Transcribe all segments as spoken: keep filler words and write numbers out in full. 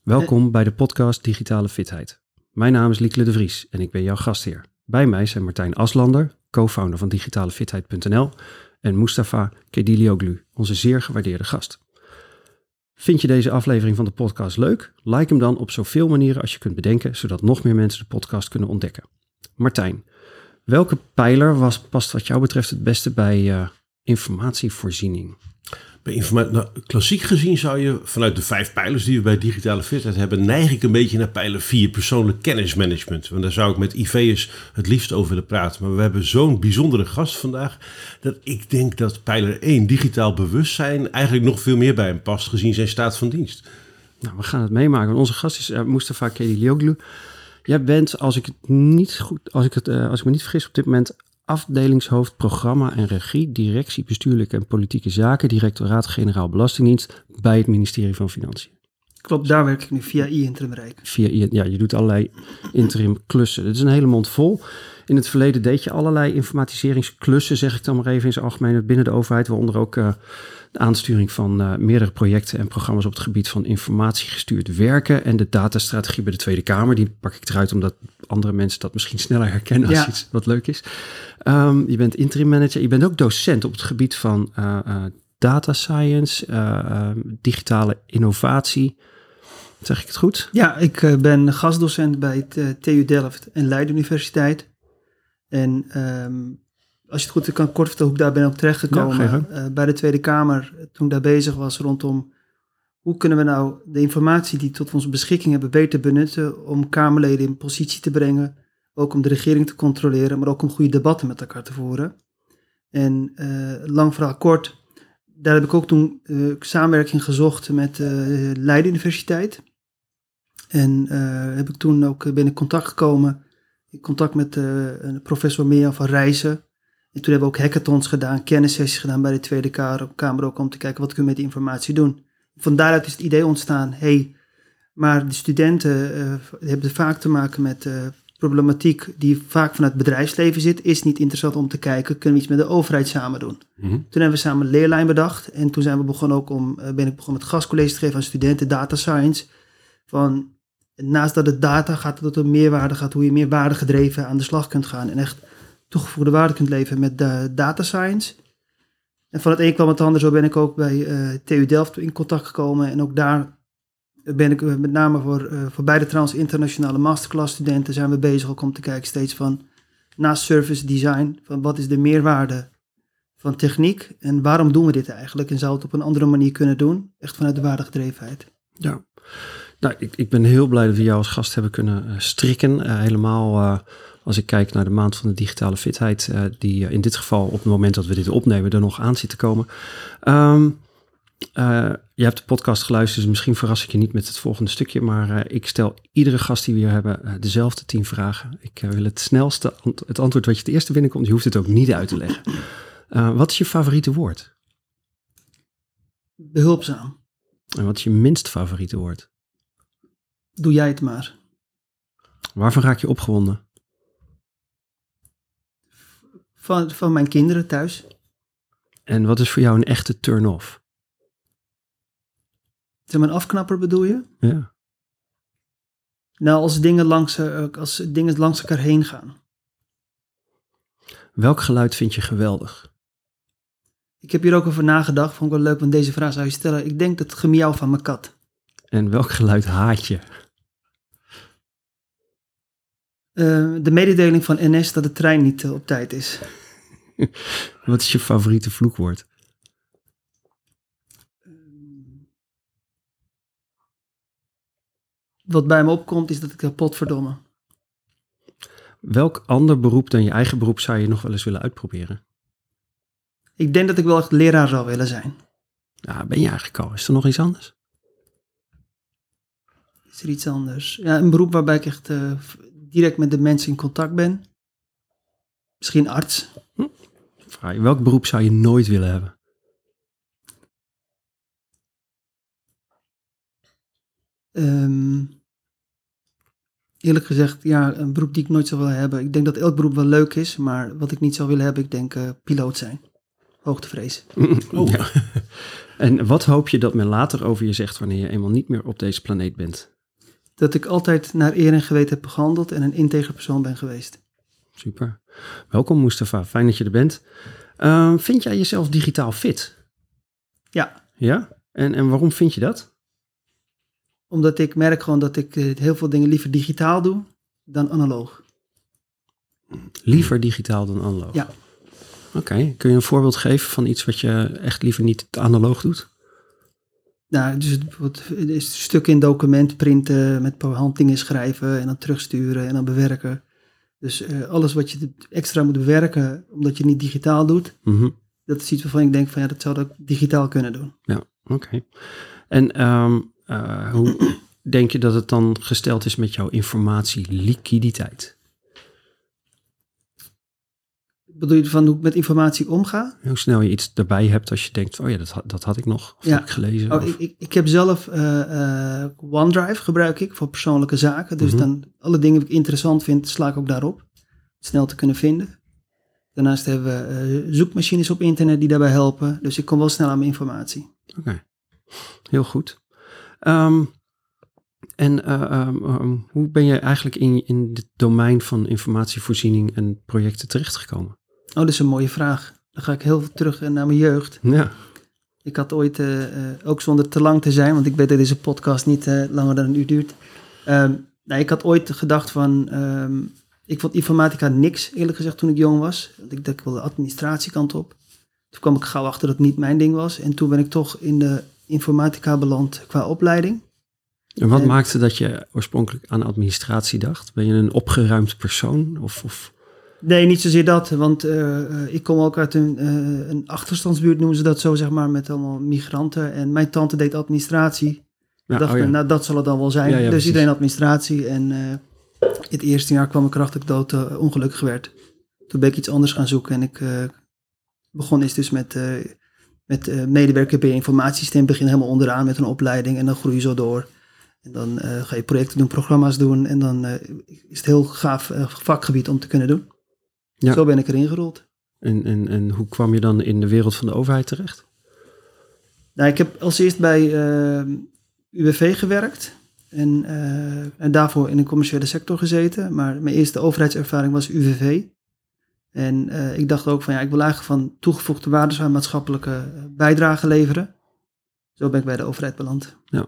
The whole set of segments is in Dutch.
Welkom bij de podcast Digitale Fitheid. Mijn naam is Lieke de Vries en ik ben jouw gastheer. Bij mij zijn Martijn Aslander, co-founder van digitalefitheid punt n l en Mustafa Kedilioglu, onze zeer gewaardeerde gast. Vind je deze aflevering van de podcast leuk? Like hem dan op zoveel manieren als je kunt bedenken, zodat nog meer mensen de podcast kunnen ontdekken. Martijn, welke pijler was, past wat jou betreft het beste bij uh, informatievoorziening? Bij informa- nou, klassiek gezien zou je vanuit de vijf pijlers die we bij digitale fitheid hebben, neig ik een beetje naar pijler vier, persoonlijk kennismanagement. Want daar zou ik met I V'ers het liefst over willen praten. Maar we hebben zo'n bijzondere gast vandaag, dat ik denk dat pijler één, digitaal bewustzijn, eigenlijk nog veel meer bij hem past, gezien zijn staat van dienst. Nou, we gaan het meemaken. Onze gast is uh, Mustafa Kedilioglu. Jij bent, als ik het niet goed, als ik het, uh, als ik me niet vergis, op dit moment afdelingshoofd programma en regie, directie bestuurlijke en politieke zaken, directoraat-generaal Belastingdienst bij het ministerie van Financiën. Klopt, daar werk ik nu via i-interim Rijk. Via I, ja, je doet allerlei interim klussen. Dat is een hele mond vol. In het verleden deed je allerlei informatiseringsklussen, zeg ik dan maar even in zijn algemeen, binnen de overheid, waaronder ook uh, de aansturing van uh, meerdere projecten en programma's op het gebied van informatiegestuurd werken en de datastrategie bij de Tweede Kamer. Die pak ik eruit omdat andere mensen dat misschien sneller herkennen als ja. iets wat leuk is. Um, je bent interim manager. Je bent ook docent op het gebied van uh, uh, data science, uh, uh, digitale innovatie. Zeg ik het goed? Ja, ik uh, ben gastdocent bij het uh, T U Delft en Leiden Universiteit. En um, als je het goed kan kort vertellen hoe ik daar ben ook terechtgekomen. Ja, uh, bij de Tweede Kamer, toen ik daar bezig was rondom hoe kunnen we nou de informatie die tot onze beschikking hebben beter benutten om Kamerleden in positie te brengen. Ook om de regering te controleren, maar ook om goede debatten met elkaar te voeren. En uh, lang verhaal kort, daar heb ik ook toen uh, samenwerking gezocht met uh, Leiden Universiteit. En uh, heb ik toen ook ben in contact gekomen, in contact met uh, professor Mirjam van Rijssen. En toen hebben we ook hackathons gedaan, kennissessies gedaan bij de Tweede Kamer ook om te kijken wat kunnen we met die informatie doen. Van daaruit is het idee ontstaan, hé, hey, maar de studenten uh, hebben vaak te maken met uh, problematiek die vaak vanuit het bedrijfsleven zit. Is het niet interessant om te kijken, kunnen we iets met de overheid samen doen? Mm-hmm. Toen hebben we samen een leerlijn bedacht en toen zijn we begonnen ook om, uh, ben ik begonnen met gastcollege te geven aan studenten data science. Van, naast dat het data gaat, dat het om meerwaarde gaat, hoe je meer waarde gedreven aan de slag kunt gaan en echt toegevoegde waarde kunt leveren met de data science. En van het een kwam het ander, zo ben ik ook bij uh, T U Delft in contact gekomen. En ook daar ben ik uh, met name voor, uh, voor beide trouwens internationale masterclass studenten zijn we bezig ook om te kijken steeds van naast service design, van wat is de meerwaarde van techniek en waarom doen we dit eigenlijk? En zou het op een andere manier kunnen doen, echt vanuit de waardegedrevenheid. Ja, nou, ik, ik ben heel blij dat we jou als gast hebben kunnen uh, strikken. Uh, helemaal uh, als ik kijk naar de maand van de digitale fitheid, uh, die uh, in dit geval op het moment dat we dit opnemen er nog aan zit te komen. Um, uh, je hebt de podcast geluisterd, dus misschien verras ik je niet met het volgende stukje, maar uh, ik stel iedere gast die we hier hebben uh, dezelfde tien vragen. Ik uh, wil het snelste, ant- het antwoord wat je het eerste binnenkomt, je hoeft het ook niet uit te leggen. Uh, wat is je favoriete woord? Behulpzaam. En wat is je minst favoriete woord? Doe jij het maar. Waarvan raak je opgewonden? Van, van mijn kinderen thuis. En wat is voor jou een echte turn-off? Zeg maar een afknapper bedoel je? Ja. Nou, als dingen langs, als dingen langs elkaar heen gaan. Welk geluid vind je geweldig? Ik heb hier ook over nagedacht. Vond ik wel leuk, want deze vraag zou je stellen. Ik denk dat het gemiauw van mijn kat. En welk geluid haat je? Uh, de mededeling van N S dat de trein niet uh, op tijd is. Wat is je favoriete vloekwoord? Wat bij me opkomt is dat ik kapot verdomme. Welk ander beroep dan je eigen beroep zou je nog wel eens willen uitproberen? Ik denk dat ik wel echt leraar zou willen zijn. Ja, ben je eigenlijk al? Is er nog iets anders? Is er iets anders? Ja, een beroep waarbij ik echt uh, direct met de mensen in contact ben. Misschien arts. Hm. Vraag, welk beroep zou je nooit willen hebben? Um, eerlijk gezegd, ja, een beroep die ik nooit zou willen hebben. Ik denk dat elk beroep wel leuk is, maar wat ik niet zou willen hebben, ik denk uh, piloot zijn. Hoogtevrees. Oh. Ja. En wat hoop je dat men later over je zegt wanneer je eenmaal niet meer op deze planeet bent? dat ik altijd naar eer en geweten heb gehandeld en een integere persoon ben geweest. Super. Welkom Mustafa, fijn dat je er bent. Uh, vind jij jezelf digitaal fit? Ja. Ja? En, en waarom vind je dat? Omdat ik merk gewoon dat ik heel veel dingen liever digitaal doe dan analoog. Liever digitaal dan analoog? Ja. Oké, okay. Kun je een voorbeeld geven van iets wat je echt liever niet analoog doet? Nou, dus het is stukken in document printen, met handingen schrijven en dan terugsturen en dan bewerken. Dus uh, alles wat je extra moet bewerken, omdat je het niet digitaal doet, mm-hmm. dat is iets waarvan ik denk van ja, dat zou ik digitaal kunnen doen. Ja, oké. Okay. En um, uh, hoe denk je dat het dan gesteld is met jouw informatieliquiditeit? Bedoel je van hoe ik met informatie omga? Hoe snel je iets erbij hebt als je denkt, oh ja, dat, dat had ik nog, of ja. dat heb ik gelezen. Oh, ik, ik, ik heb zelf uh, uh, OneDrive gebruik ik voor persoonlijke zaken. Dus mm-hmm. dan alle dingen die ik interessant vind, sla ik ook daarop. Snel te kunnen vinden. Daarnaast hebben we uh, zoekmachines op internet die daarbij helpen. Dus ik kom wel snel aan mijn informatie. Oké, okay. Heel goed. Um, en uh, um, um, hoe ben je eigenlijk in, in het domein van informatievoorziening en projecten terechtgekomen? Oh, dat is een mooie vraag. Dan ga ik heel veel terug naar mijn jeugd. Ja. Ik had ooit, uh, uh, ook zonder te lang te zijn, want ik weet dat deze podcast niet uh, langer dan een uur duurt. Um, nou, ik had ooit gedacht van, um, ik vond informatica niks, eerlijk gezegd, toen ik jong was. Ik dacht, ik wil de administratiekant op. Toen kwam ik gauw achter dat het niet mijn ding was. En toen ben ik toch in de informatica beland qua opleiding. En wat en, maakte dat je oorspronkelijk aan administratie dacht? Ben je een opgeruimd persoon? Of, of? Nee, niet zozeer dat. Want uh, ik kom ook uit een, uh, een achterstandsbuurt, noemen ze dat zo, zeg maar, met allemaal migranten. En mijn tante deed administratie. Ja, ik dacht, oh ja. nou, dat zal het dan wel zijn. Ja, ja, dus precies. Iedereen administratie. En uh, het eerste jaar kwam ik erachter dat ik dood uh, ongelukkig werd. Toen ben ik iets anders gaan zoeken. En ik uh, begon eens dus met, uh, met uh, medewerker bij informatiesysteem. Begin helemaal onderaan met een opleiding. En dan groei je zo door. En dan uh, ga je projecten doen, programma's doen. En dan uh, is het heel gaaf uh, vakgebied om te kunnen doen. Ja. Zo ben ik erin gerold. En, en, en hoe kwam je dan in de wereld van de overheid terecht? Nou, ik heb als eerst bij uh, U W V gewerkt. En, uh, en daarvoor in een commerciële sector gezeten. Maar mijn eerste overheidservaring was U W V. En uh, ik dacht ook van ja, ik wil eigenlijk van toegevoegde waarde aan maatschappelijke bijdrage leveren. Zo ben ik bij de overheid beland. Ja.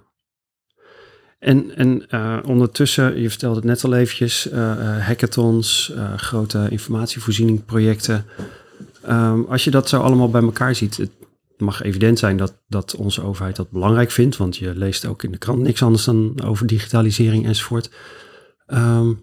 En, en uh, ondertussen, je vertelde het net al eventjes, uh, uh, hackathons, uh, grote informatievoorzieningprojecten. Um, als je dat zo allemaal bij elkaar ziet, het mag evident zijn dat, dat onze overheid dat belangrijk vindt, want je leest ook in de krant niks anders dan over digitalisering enzovoort. Um,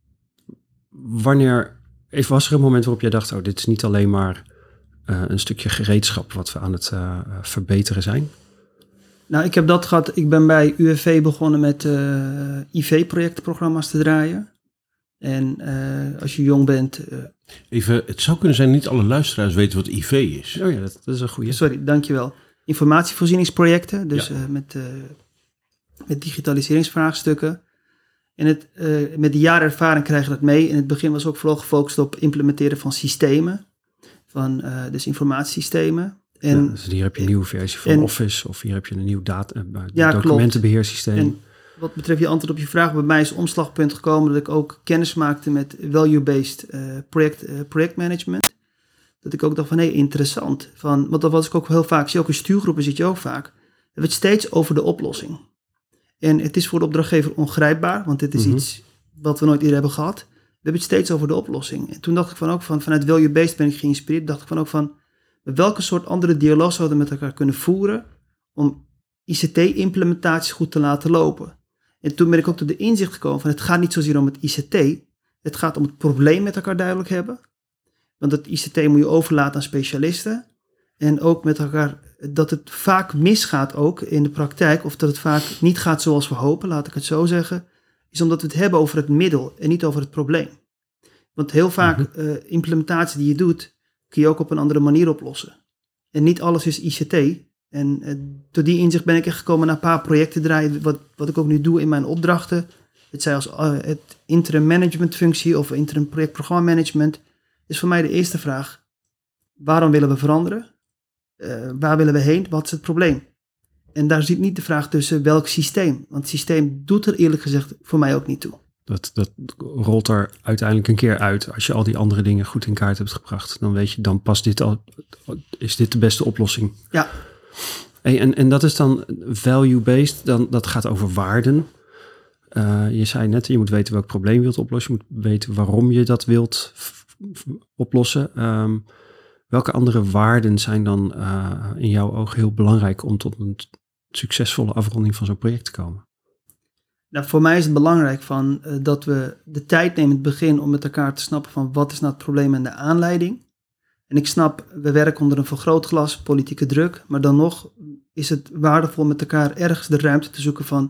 wanneer, even was er een moment waarop jij dacht, oh, dit is niet alleen maar uh, een stukje gereedschap wat we aan het uh, verbeteren zijn? Nou, ik heb dat gehad. Ik ben bij U W V begonnen met uh, I V-projectprogramma's te draaien. En uh, als je jong bent... Uh, Even, het zou kunnen zijn, niet alle luisteraars weten wat I V is. Oh ja, dat, dat is een goede. Sorry, dankjewel. Informatievoorzieningsprojecten, dus ja. uh, met, uh, met digitaliseringsvraagstukken. En het, uh, met de jaren ervaring krijg je dat mee. In het begin was ook vooral gefocust op implementeren van systemen. Van uh, dus informatiesystemen. En, ja, dus hier heb je een nieuwe versie van en, Office of hier heb je een nieuw data, uh, ja, documentenbeheersysteem. En wat betreft je antwoord op je vraag, bij mij is het omslagpunt gekomen dat ik ook kennis maakte met value-based uh, project, uh, projectmanagement. Dat ik ook dacht van, hé, hey, interessant. Van, want dat was ik ook heel vaak, zie je ook in stuurgroepen zit je ook vaak. We hebben het steeds over de oplossing. En het is voor de opdrachtgever ongrijpbaar, want dit is mm-hmm. iets wat we nooit eerder hebben gehad. We hebben het steeds over de oplossing. En toen dacht ik van ook van, vanuit value-based ben ik geïnspireerd, dacht ik van ook van, welke soort andere dialoog zouden we met elkaar kunnen voeren om I C T-implementaties goed te laten lopen. En toen ben ik ook tot de inzicht gekomen van het gaat niet zozeer om het I C T, het gaat om het probleem met elkaar duidelijk hebben. Want het I C T moet je overlaten aan specialisten. En ook met elkaar dat het vaak misgaat ook in de praktijk, of dat het vaak niet gaat zoals we hopen, laat ik het zo zeggen, is omdat we het hebben over het middel en niet over het probleem. Want heel vaak mm-hmm. uh, implementatie die je doet, kun je ook op een andere manier oplossen. En niet alles is I C T. En uh, door die inzicht ben ik echt gekomen naar een paar projecten draaien, wat, wat ik ook nu doe in mijn opdrachten. Het zij als uh, het interim management functie of interim projectprogramma management. Is voor mij de eerste vraag, waarom willen we veranderen? Uh, waar willen we heen? Wat is het probleem? En daar zit niet de vraag tussen welk systeem. Want het systeem doet er eerlijk gezegd voor mij ook niet toe. Dat, dat rolt er uiteindelijk een keer uit. Als je al die andere dingen goed in kaart hebt gebracht, dan weet je, dan past dit al, is dit de beste oplossing. Ja. Hey, en, en dat is dan value-based, dan, dat gaat over waarden. Uh, je zei net, je moet weten welk probleem je wilt oplossen. Je moet weten waarom je dat wilt f- f- oplossen. Um, welke andere waarden zijn dan uh, in jouw ogen heel belangrijk om tot een succesvolle afronding van zo'n project te komen? Nou, voor mij is het belangrijk van, uh, dat we de tijd nemen in het begin om met elkaar te snappen van wat is nou het probleem en de aanleiding. En ik snap, we werken onder een vergrootglas, politieke druk, maar dan nog is het waardevol met elkaar ergens de ruimte te zoeken van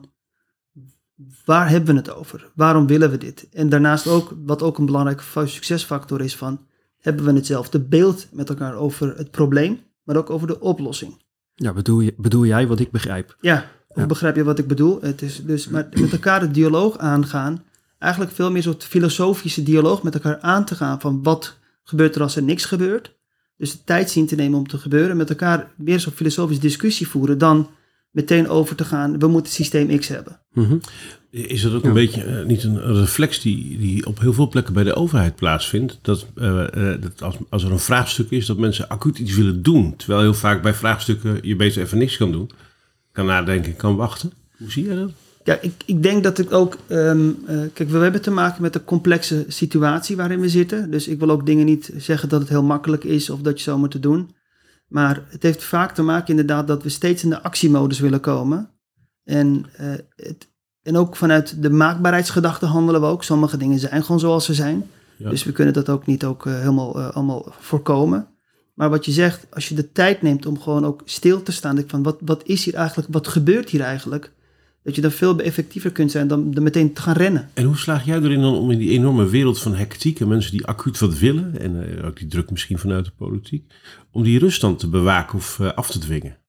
waar hebben we het over? Waarom willen we dit? En daarnaast ook, wat ook een belangrijke succesfactor is van, hebben we hetzelfde beeld met elkaar over het probleem, maar ook over de oplossing. Ja, bedoel, je, bedoel jij wat ik begrijp? Ja, of ja. begrijp je wat ik bedoel? Het is dus maar met elkaar de dialoog aangaan, eigenlijk veel meer zo'n filosofische dialoog met elkaar aan te gaan van wat gebeurt er als er niks gebeurt. Dus de tijd zien te nemen om te gebeuren, met elkaar weer zo'n filosofische discussie voeren, dan meteen over te gaan, we moeten systeem X hebben. Mm-hmm. Is dat ook ja. een beetje uh, niet een reflex die, die op heel veel plekken bij de overheid plaatsvindt? Dat, uh, uh, dat als, als er een vraagstuk is, dat mensen acuut iets willen doen. Terwijl heel vaak bij vraagstukken je beter even niks kan doen. Kan nadenken, kan wachten. Hoe zie je dat? Ja, ik, ik denk dat ik ook... Um, uh, kijk, we hebben te maken met een complexe situatie waarin we zitten. Dus ik wil ook dingen niet zeggen dat het heel makkelijk is of dat je zo moet doen. Maar het heeft vaak te maken inderdaad dat we steeds in de actiemodus willen komen. En, uh, het, en ook vanuit de maakbaarheidsgedachte handelen we ook. Sommige dingen zijn gewoon zoals ze zijn. Ja. Dus we kunnen dat ook niet ook, uh, helemaal uh, allemaal voorkomen. Maar wat je zegt, als je de tijd neemt om gewoon ook stil te staan. Van wat, wat is hier eigenlijk, wat gebeurt hier eigenlijk? Dat je dan veel effectiever kunt zijn dan, dan meteen te gaan rennen. En hoe slaag jij erin dan om in die enorme wereld van hectiek en mensen die acuut wat willen, en uh, ook die druk misschien vanuit de politiek, om die rust dan te bewaken of uh, af te dwingen?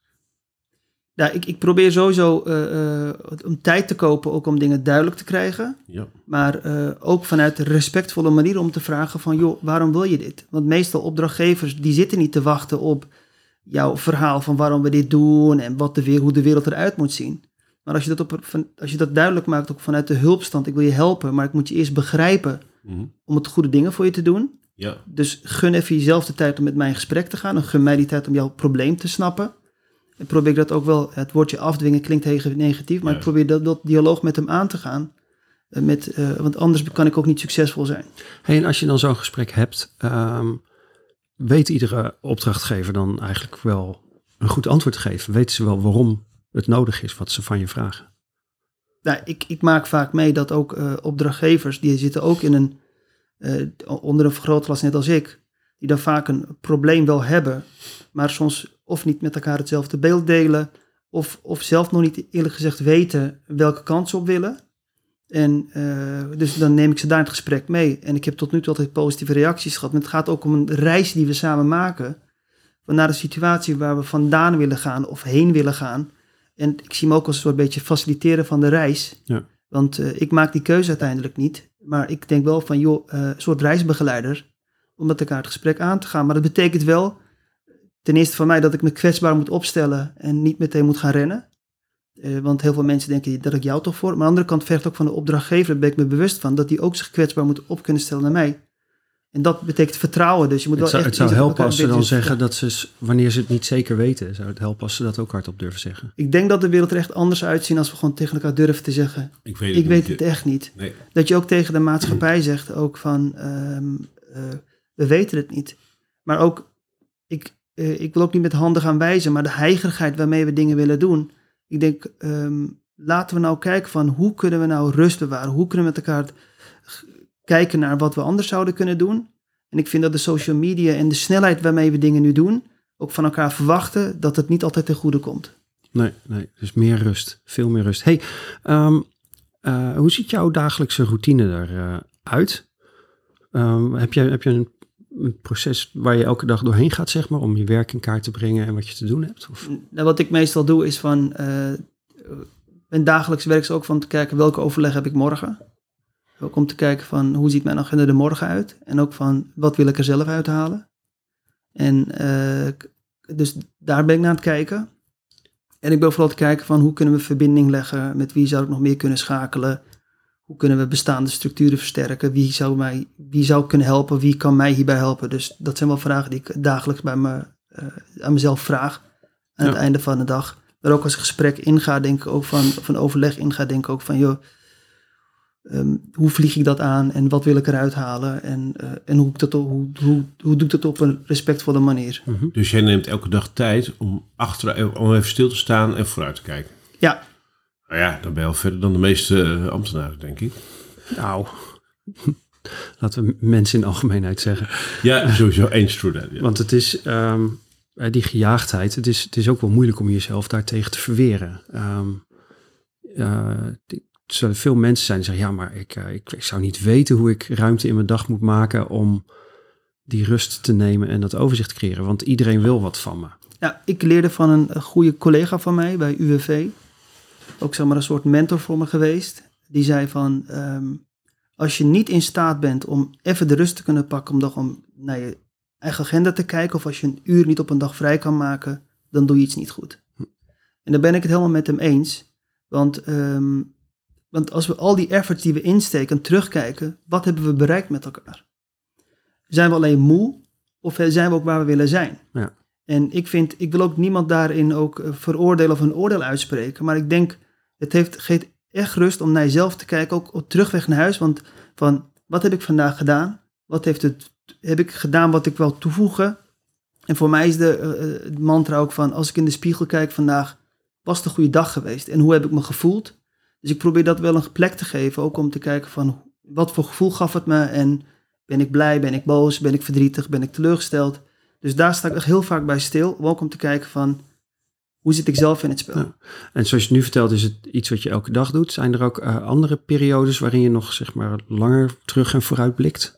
Ja, ik, ik probeer sowieso uh, uh, om tijd te kopen, ook om dingen duidelijk te krijgen. Ja. Maar uh, ook vanuit een respectvolle manier om te vragen van, joh, waarom wil je dit? Want meestal opdrachtgevers, die zitten niet te wachten op jouw verhaal van waarom we dit doen en wat de, hoe de wereld eruit moet zien. Maar als je, dat op, als je dat duidelijk maakt, ook vanuit de hulpstand, ik wil je helpen, maar ik moet je eerst begrijpen mm-hmm. om het goede dingen voor je te doen. Ja. Dus gun even jezelf de tijd om met mij in gesprek te gaan en gun mij die tijd om jouw probleem te snappen. En probeer ik dat ook wel, het woordje afdwingen klinkt heel negatief, maar ja. ik probeer dat, dat dialoog met hem aan te gaan. Met, uh, want anders kan ik ook niet succesvol zijn. Hey, en als je dan zo'n gesprek hebt, um, weet iedere opdrachtgever dan eigenlijk wel een goed antwoord te geven? Weten ze wel waarom het nodig is wat ze van je vragen? Nou, ik, ik maak vaak mee dat ook uh, opdrachtgevers, die zitten ook in een, uh, onder een vergrootglas net als ik, die dan vaak een probleem wel hebben, maar soms of niet met elkaar hetzelfde beeld delen, of, of zelf nog niet eerlijk gezegd weten welke kant ze op willen. En uh, dus dan neem ik ze daar in het gesprek mee. En ik heb tot nu toe altijd positieve reacties gehad. Maar het gaat ook om een reis die we samen maken, van naar de situatie waar we vandaan willen gaan of heen willen gaan. En ik zie me ook als een soort beetje faciliteren van de reis. Ja. Want uh, ik maak die keuze uiteindelijk niet. Maar ik denk wel van, joh, uh, een soort reisbegeleider, om met elkaar het gesprek aan te gaan. Maar dat betekent wel, ten eerste van mij, dat ik me kwetsbaar moet opstellen en niet meteen moet gaan rennen. Uh, want heel veel mensen denken, dat ik jou toch voor. Maar aan de andere kant vergt ook van de opdrachtgever, daar ben ik me bewust van, dat die ook zich kwetsbaar moet op kunnen stellen naar mij. En dat betekent vertrouwen. Dus je moet het wel zou, echt het zou helpen als ze dan dus, zeggen dat ze, wanneer ze het niet zeker weten, zou het helpen als ze dat ook hardop durven zeggen. Ik denk dat de wereld er echt anders uitzien als we gewoon tegen elkaar durven te zeggen. Ik weet het, ik weet niet. het echt niet. Nee. Dat je ook tegen de maatschappij zegt ook van, um, uh, we weten het niet. Maar ook, ik, uh, ik wil ook niet met handen gaan wijzen, maar de heigerigheid waarmee we dingen willen doen. Ik denk, um, laten we nou kijken van hoe kunnen we nou rust bewaren? Hoe kunnen we met elkaar g- kijken naar wat we anders zouden kunnen doen? En ik vind dat de social media en de snelheid waarmee we dingen nu doen, ook van elkaar verwachten dat het niet altijd ten goede komt. Nee, nee, dus meer rust, veel meer rust. Hey, um, uh, hoe ziet jouw dagelijkse routine eruit? Uh, um, heb je, heb je een, een proces waar je elke dag doorheen gaat, zeg maar, om je werk in kaart te brengen en wat je te doen hebt? Of? Nou, wat ik meestal doe is van, uh, mijn dagelijks werk is ook van te kijken welke overleg heb ik morgen. Ook om te kijken van hoe ziet mijn agenda er morgen uit. En ook van wat wil ik er zelf uithalen. En uh, dus daar ben ik naar aan het kijken. En ik ben vooral te kijken van hoe kunnen we verbinding leggen, met wie zou ik nog meer kunnen schakelen, hoe kunnen we bestaande structuren versterken, wie zou mij, wie zou kunnen helpen, wie kan mij hierbij helpen. Dus dat zijn wel vragen die ik dagelijks bij me, uh, aan mezelf vraag aan ja. het einde van de dag. Maar ook als ik gesprek inga, denk ik ook van, of een overleg inga, denk ik ook van, joh, um, hoe vlieg ik dat aan en wat wil ik eruit halen en, uh, en hoe, dat, hoe, hoe, hoe doe ik dat op een respectvolle manier. Mm-hmm. Dus jij neemt elke dag tijd om, achter, om even stil te staan en vooruit te kijken? Ja. Nou ja, dan ben je al verder dan de meeste uh, ambtenaren, denk ik. Nou, laten we mensen in algemeenheid zeggen. Ja, sowieso eens true that. Ja. Want het is, um, die gejaagdheid, het is, het is ook wel moeilijk om jezelf daartegen te verweren. Um, uh, er zullen veel mensen zijn die zeggen, ja, maar ik, uh, ik, ik zou niet weten hoe ik ruimte in mijn dag moet maken om die rust te nemen en dat overzicht te creëren. Want iedereen wil wat van me. Ja, ik leerde van een goede collega van mij bij U W V. Ook zeg maar een soort mentor voor me geweest. Die zei van, um, als je niet in staat bent om even de rust te kunnen pakken, om dan om naar je eigen agenda te kijken, of als je een uur niet op een dag vrij kan maken, dan doe je iets niet goed. En dan ben ik het helemaal met hem eens. Want, um, want als we al die efforts die we insteken terugkijken, wat hebben we bereikt met elkaar? Zijn we alleen moe, of zijn we ook waar we willen zijn? Ja. En ik vind, ik wil ook niemand daarin ook veroordelen of een oordeel uitspreken. Maar ik denk, het heeft, geeft echt rust om naar jezelf te kijken, ook op terugweg naar huis. Want van, wat heb ik vandaag gedaan? Wat heeft het, heb ik gedaan wat ik wil toevoegen? En voor mij is de, uh, de mantra ook van, als ik in de spiegel kijk vandaag, was het een goede dag geweest? En hoe heb ik me gevoeld? Dus ik probeer dat wel een plek te geven, ook om te kijken van, wat voor gevoel gaf het me? En ben ik blij, ben ik boos, ben ik verdrietig, ben ik teleurgesteld? Dus daar sta ik echt heel vaak bij stil. Ook om te kijken van, hoe zit ik zelf in het spel? Ja. En zoals je het nu vertelt, is het iets wat je elke dag doet. Zijn er ook uh, andere periodes waarin je nog zeg maar langer terug en vooruit blikt?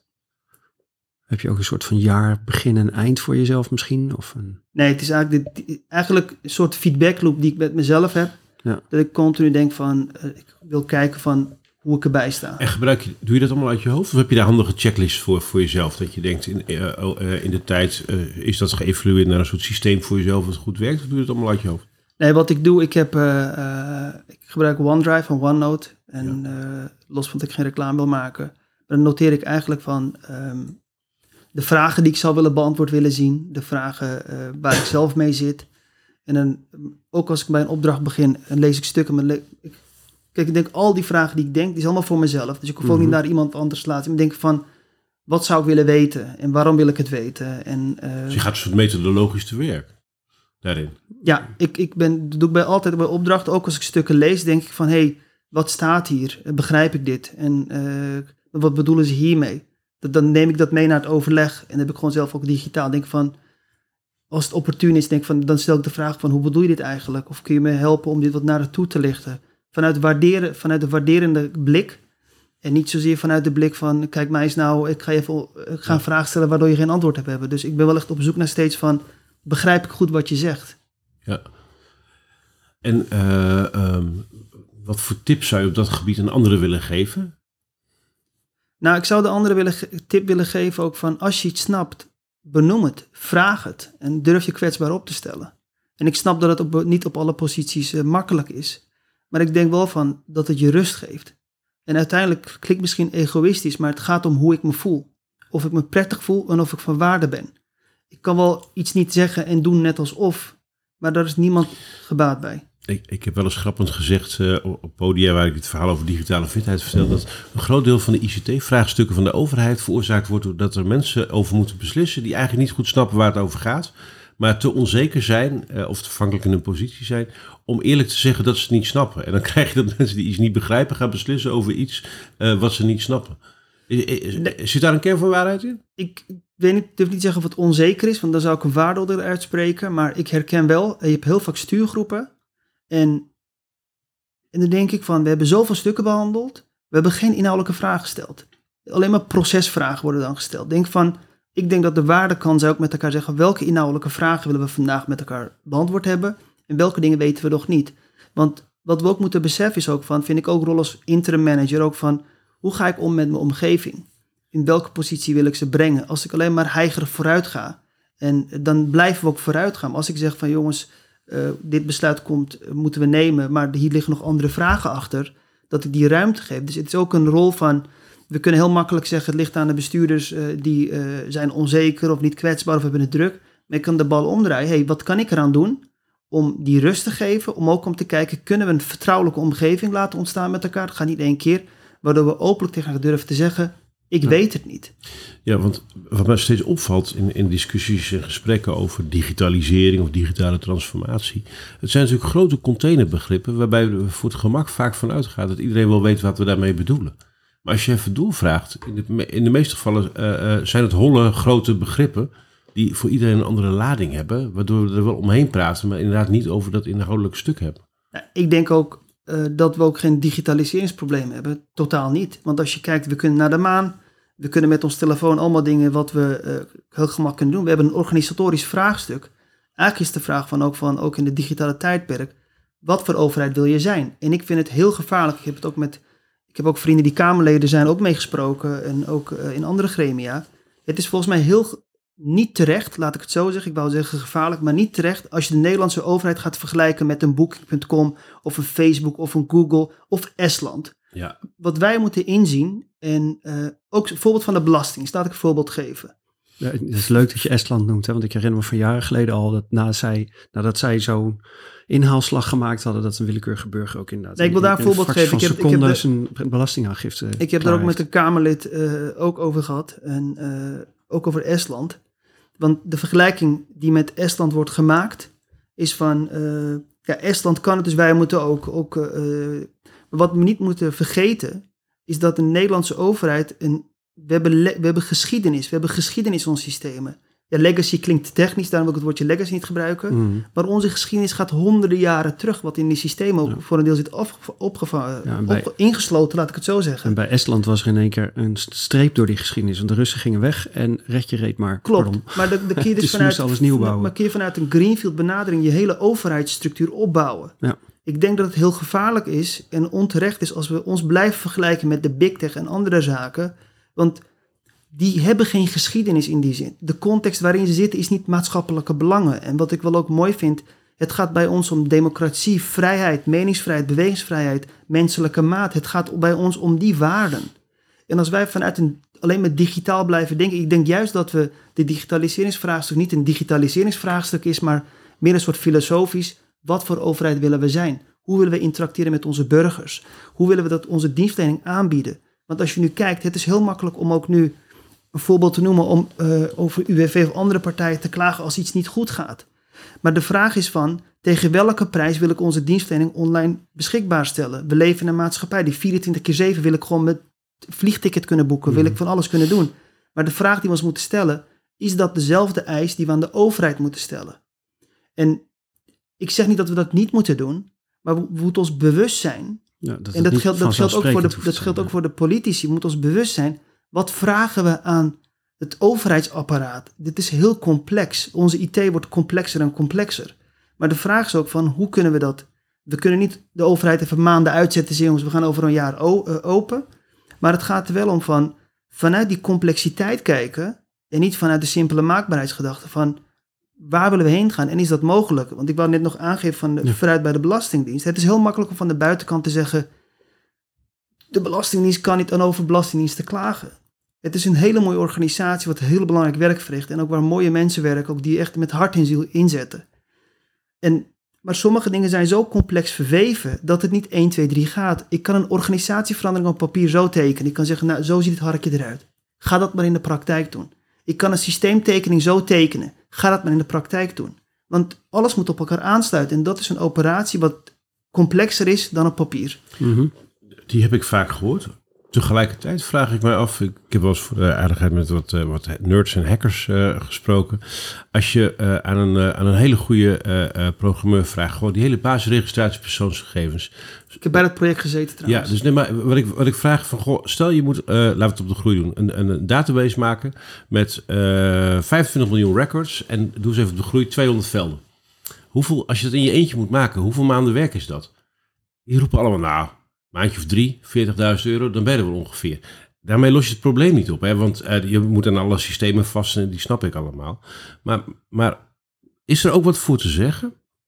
Heb je ook een soort van jaar, begin en eind voor jezelf misschien? Of een... Nee, het is eigenlijk, de, eigenlijk een soort feedbackloop die ik met mezelf heb. Ja. Dat ik continu denk van, uh, ik wil kijken van hoe ik erbij sta. En gebruik je, doe je dat allemaal uit je hoofd? Of heb je daar handige checklists voor, voor jezelf? Dat je denkt, in, uh, uh, in de tijd uh, is dat geëvalueerd naar een soort systeem voor jezelf wat goed werkt? Of doe je dat allemaal uit je hoofd? Nee, wat ik doe, ik heb, uh, uh, ik gebruik OneDrive van OneNote. En ja. uh, los van dat ik geen reclame wil maken. Dan noteer ik eigenlijk van um, de vragen die ik zou willen beantwoord willen zien. De vragen uh, waar ik zelf mee zit. En dan, ook als ik bij een opdracht begin, dan lees ik stukken. Maar le- ik, kijk, ik denk, al die vragen die ik denk, die zijn allemaal voor mezelf. Dus ik hoef mm-hmm. ook niet naar iemand anders te laten. Ik denk van, wat zou ik willen weten? En waarom wil ik het weten? En, uh, dus je gaat een soort methodologisch te werk daarin? Ja, ik, ik ben, dat doe ik bij altijd bij opdrachten. Ook als ik stukken lees, denk ik van, hé, hey, wat staat hier? Begrijp ik dit? En uh, wat bedoelen ze hiermee? Dat, dan neem ik dat mee naar het overleg. En dan heb ik gewoon zelf ook digitaal. Denk van, als het opportun is, denk van, dan stel ik de vraag van, hoe bedoel je dit eigenlijk? Of kun je me helpen om dit wat naar het toe te lichten? Vanuit, waarderen, vanuit de waarderende blik. En niet zozeer vanuit de blik van, kijk mij eens nou, ik ga even ik ga een vraag stellen waardoor je geen antwoord hebt hebben. Dus ik ben wel echt op zoek naar steeds van, begrijp ik goed wat je zegt? Ja. En uh, um, wat voor tips zou je op dat gebied aan anderen willen geven? Nou, ik zou de anderen willen, tip willen geven ook van, als je iets snapt, benoem het, vraag het en durf je kwetsbaar op te stellen. En ik snap dat het op, niet op alle posities uh, makkelijk is. Maar ik denk wel van dat het je rust geeft. En uiteindelijk klinkt misschien egoïstisch, maar het gaat om hoe ik me voel. Of ik me prettig voel en of ik van waarde ben. Ik kan wel iets niet zeggen en doen net alsof, maar daar is niemand gebaat bij. Ik, ik heb wel eens grappend gezegd uh, op podia waar ik dit verhaal over digitale fitheid vertel, dat een groot deel van de I C T-vraagstukken van de overheid veroorzaakt wordt doordat er mensen over moeten beslissen die eigenlijk niet goed snappen waar het over gaat, maar te onzeker zijn uh, of te afhankelijk in een positie zijn om eerlijk te zeggen dat ze het niet snappen. En dan krijg je dat mensen die iets niet begrijpen gaan beslissen over iets uh, wat ze niet snappen. Zit daar een kern van waarheid in? Ik weet niet, durf niet te zeggen of het onzeker is, want dan zou ik een waardeoordeel uitspreken, maar ik herken wel, je hebt heel vaak stuurgroepen en, en dan denk ik van, we hebben zoveel stukken behandeld, we hebben geen inhoudelijke vragen gesteld. Alleen maar procesvragen worden dan gesteld. Denk van, ik denk dat de waarde kan zij ook met elkaar zeggen, welke inhoudelijke vragen willen we vandaag met elkaar beantwoord hebben en welke dingen weten we nog niet. Want wat we ook moeten beseffen is ook van, vind ik ook rol als interim manager ook van, hoe ga ik om met mijn omgeving? In welke positie wil ik ze brengen? Als ik alleen maar heigerig vooruit ga, en dan blijven we ook vooruit gaan. Maar als ik zeg van jongens, uh, dit besluit komt, uh, moeten we nemen, maar hier liggen nog andere vragen achter, dat ik die ruimte geef. Dus het is ook een rol van, we kunnen heel makkelijk zeggen, het ligt aan de bestuurders, uh, die uh, zijn onzeker of niet kwetsbaar of hebben het druk. Maar ik kan de bal omdraaien. Hey, wat kan ik eraan doen om die rust te geven, om ook om te kijken, kunnen we een vertrouwelijke omgeving laten ontstaan met elkaar? Het gaat niet één keer, waardoor we openlijk tegen elkaar durven te zeggen, ik ja. weet het niet. Ja, want wat mij steeds opvalt in, in discussies en gesprekken over digitalisering of digitale transformatie, het zijn natuurlijk grote containerbegrippen waarbij we voor het gemak vaak van uitgaan dat iedereen wel weet wat we daarmee bedoelen. Maar als je even doorvraagt, in de, in de meeste gevallen uh, uh, zijn het holle grote begrippen die voor iedereen een andere lading hebben, waardoor we er wel omheen praten, maar inderdaad niet over dat inhoudelijk stuk hebben. Nou, ik denk ook uh, dat we ook geen digitaliseringsprobleem hebben. Totaal niet. Want als je kijkt, we kunnen naar de maan, we kunnen met ons telefoon allemaal dingen wat we uh, heel gemakkelijk kunnen doen. We hebben een organisatorisch vraagstuk. Eigenlijk is de vraag van ook, van ook in het digitale tijdperk, wat voor overheid wil je zijn? En ik vind het heel gevaarlijk. Ik heb het ook met, ik heb ook vrienden die Kamerleden zijn, ook meegesproken en ook uh, in andere gremia. Het is volgens mij heel niet terecht, laat ik het zo zeggen, ik wou zeggen gevaarlijk, maar niet terecht als je de Nederlandse overheid gaat vergelijken met een booking punt com of een Facebook of een Google of Estland. Ja. Wat wij moeten inzien, en uh, ook een voorbeeld van de belasting, laat ik een voorbeeld geven. Ja, het is leuk dat je Estland noemt, hè? Want ik herinner me van jaren geleden al dat nadat zij, nadat zij zo'n inhaalslag gemaakt hadden, dat een willekeurige burger ook inderdaad. Nee, ik wil daar een voorbeeld geven. Ik heb, ik heb de, zijn belastingaangifte. Ik heb daar ook met een Kamerlid uh, ook over gehad en uh, ook over Estland. Want de vergelijking die met Estland wordt gemaakt is van, uh, ja, Estland kan het, dus wij moeten ook. ook uh, wat we niet moeten vergeten is dat de Nederlandse overheid, een, we, hebben le- we hebben geschiedenis, we hebben geschiedenis in ons systemen. Ja, legacy klinkt technisch, daarom wil ik het woordje legacy niet gebruiken. Mm. Maar onze geschiedenis gaat honderden jaren terug, wat in die systemen ook ja. voor een deel zit opge- opgevangen, ja, bij, op, ingesloten, laat ik het zo zeggen. En bij Estland was er in één keer een streep door die geschiedenis, want de Russen gingen weg en red je reed maar. Klopt, pardon. maar de, de kun je dus, dus vanuit, alles nieuw bouwen. Maar kun je vanuit een greenfield benadering je hele overheidsstructuur opbouwen. Ja. Ik denk dat het heel gevaarlijk is en onterecht is als we ons blijven vergelijken met de big tech en andere zaken, want die hebben geen geschiedenis in die zin. De context waarin ze zitten is niet maatschappelijke belangen. En wat ik wel ook mooi vind, het gaat bij ons om democratie, vrijheid, meningsvrijheid, bewegingsvrijheid, menselijke maat. Het gaat bij ons om die waarden. En als wij vanuit een, alleen maar digitaal blijven denken, ik denk juist dat we de digitaliseringsvraagstuk niet een digitaliseringsvraagstuk is, maar meer een soort filosofisch, wat voor overheid willen we zijn? Hoe willen we interacteren met onze burgers? Hoe willen we dat onze dienstverlening aanbieden? Want als je nu kijkt, het is heel makkelijk om ook nu een voorbeeld te noemen om uh, over U W V of andere partijen te klagen als iets niet goed gaat. Maar de vraag is van, tegen welke prijs wil ik onze dienstverlening online beschikbaar stellen? We leven in een maatschappij die vierentwintig keer zeven wil ik gewoon met vliegticket kunnen boeken, mm. wil ik van alles kunnen doen. Maar de vraag die we ons moeten stellen, is dat dezelfde eis die we aan de overheid moeten stellen? En ik zeg niet dat we dat niet moeten doen, maar we, we moeten ons bewust zijn. Ja, dat en dat geldt, dat geldt, ook voor, de, dat geldt ook voor de politici. We moeten ons bewust zijn. Wat vragen we aan het overheidsapparaat? Dit is heel complex. Onze I T wordt complexer en complexer. Maar de vraag is ook van, hoe kunnen we dat? We kunnen niet de overheid even maanden uitzetten. Jongens, we gaan over een jaar o- uh, open. Maar het gaat er wel om van, vanuit die complexiteit kijken. En niet vanuit de simpele maakbaarheidsgedachte van, waar willen we heen gaan? En is dat mogelijk? Want ik wou net nog aangeven van de, ja. vooruit bij de Belastingdienst. Het is heel makkelijk om van de buitenkant te zeggen, de Belastingdienst kan niet aan over Belastingdienst te klagen. Het is een hele mooie organisatie wat heel belangrijk werk verricht. En ook waar mooie mensen werken, ook die echt met hart en ziel inzetten. En, maar sommige dingen zijn zo complex verweven dat het niet één, twee, drie gaat. Ik kan een organisatieverandering op papier zo tekenen. Ik kan zeggen, nou, zo ziet het harkje eruit. Ga dat maar in de praktijk doen. Ik kan een systeemtekening zo tekenen. Ga dat maar in de praktijk doen. Want alles moet op elkaar aansluiten. En dat is een operatie wat complexer is dan op papier. Mm-hmm. Die heb ik vaak gehoord. Tegelijkertijd vraag ik mij af, ik heb wel eens voor de aardigheid met wat, uh, wat nerds en hackers uh, gesproken. Als je uh, aan, een, uh, aan een hele goede uh, uh, programmeur vraagt, gewoon die hele basisregistratie persoonsgegevens. Ik heb bij dat project gezeten trouwens. Ja, dus nee, maar wat ik, wat ik vraag van, goh, stel je moet, uh, laten we het op de groei doen, een, een database maken met uh, vijfentwintig miljoen records en doe eens even op de groei tweehonderd velden. Hoeveel, als je dat in je eentje moet maken, hoeveel maanden werk is dat? Die roepen allemaal, nou, maandje of drie, veertigduizend euro, dan ben je er wel ongeveer. Daarmee los je het probleem niet op, hè? Want uh, je moet aan alle systemen vast, die snap ik allemaal. Maar, maar is er ook wat voor te zeggen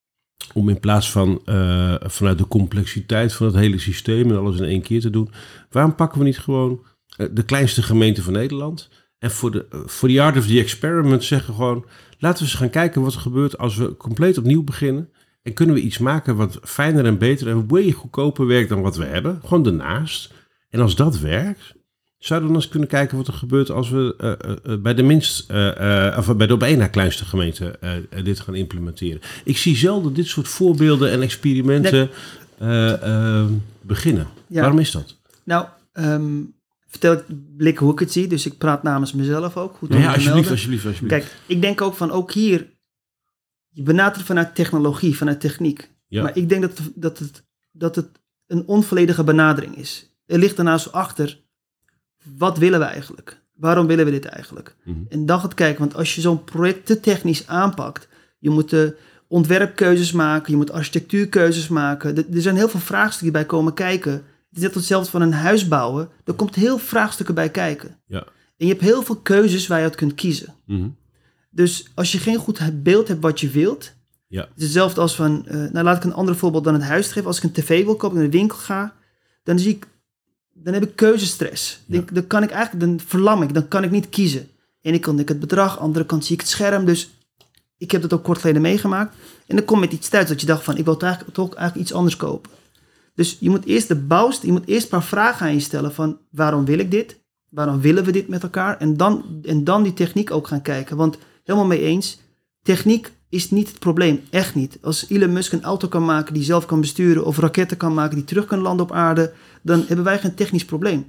om in plaats van uh, vanuit de complexiteit van het hele systeem en alles in één keer te doen, waarom pakken we niet gewoon uh, de kleinste gemeente van Nederland en voor de uh, voor the art of the experiment zeggen gewoon, laten we eens gaan kijken wat er gebeurt als we compleet opnieuw beginnen en kunnen we iets maken wat fijner en beter en way goedkoper werkt dan wat we hebben, gewoon ernaast. En als dat werkt, zouden we dan eens kunnen kijken wat er gebeurt als we uh, uh, bij de minst, uh, uh, of bij de op één na kleinste gemeente uh, uh, dit gaan implementeren. Ik zie zelden dit soort voorbeelden en experimenten uh, uh, beginnen. Ja. Waarom is dat? Nou, um, vertel ik blik hoe ik het zie, dus ik praat namens mezelf ook. Goed ja, ja alsjeblieft, alsjeblieft, alsjeblieft. Kijk, ik denk ook van, ook hier, je benadert vanuit technologie, vanuit techniek. Ja. Maar ik denk dat, dat, het, dat het een onvolledige benadering is. Er ligt daarnaast achter, wat willen we eigenlijk? Waarom willen we dit eigenlijk? Mm-hmm. En dan gaat kijken, want als je zo'n project te technisch aanpakt, je moet de ontwerpkeuzes maken, je moet architectuurkeuzes maken. Er, er zijn heel veel vraagstukken bij komen kijken. Het is net hetzelfde van een huis bouwen. Er komt heel veel vraagstukken bij kijken. Ja. En je hebt heel veel keuzes waar je uit kunt kiezen. Mm-hmm. Dus als je geen goed beeld hebt wat je wilt, ja. Het is hetzelfde als van, uh, nou laat ik een ander voorbeeld dan het huis geven. Als ik een tv wil kopen, naar de winkel ga, dan zie ik, dan heb ik keuzestress. Ja. Dan, dan kan ik eigenlijk, dan verlam ik, dan kan ik niet kiezen. Aan de ene kant ik het bedrag, aan de andere kant zie ik het scherm. Dus ik heb dat ook kort geleden meegemaakt. En dan kom met iets thuis dat je dacht van, ik wil eigenlijk, toch eigenlijk iets anders kopen. Dus je moet eerst de bouwst, je moet eerst een paar vragen aan je stellen van, waarom wil ik dit? Waarom willen we dit met elkaar? En dan, en dan die techniek ook gaan kijken. Want helemaal mee eens, techniek is niet het probleem, echt niet. Als Elon Musk een auto kan maken die zelf kan besturen of raketten kan maken die terug kunnen landen op aarde, dan hebben wij geen technisch probleem.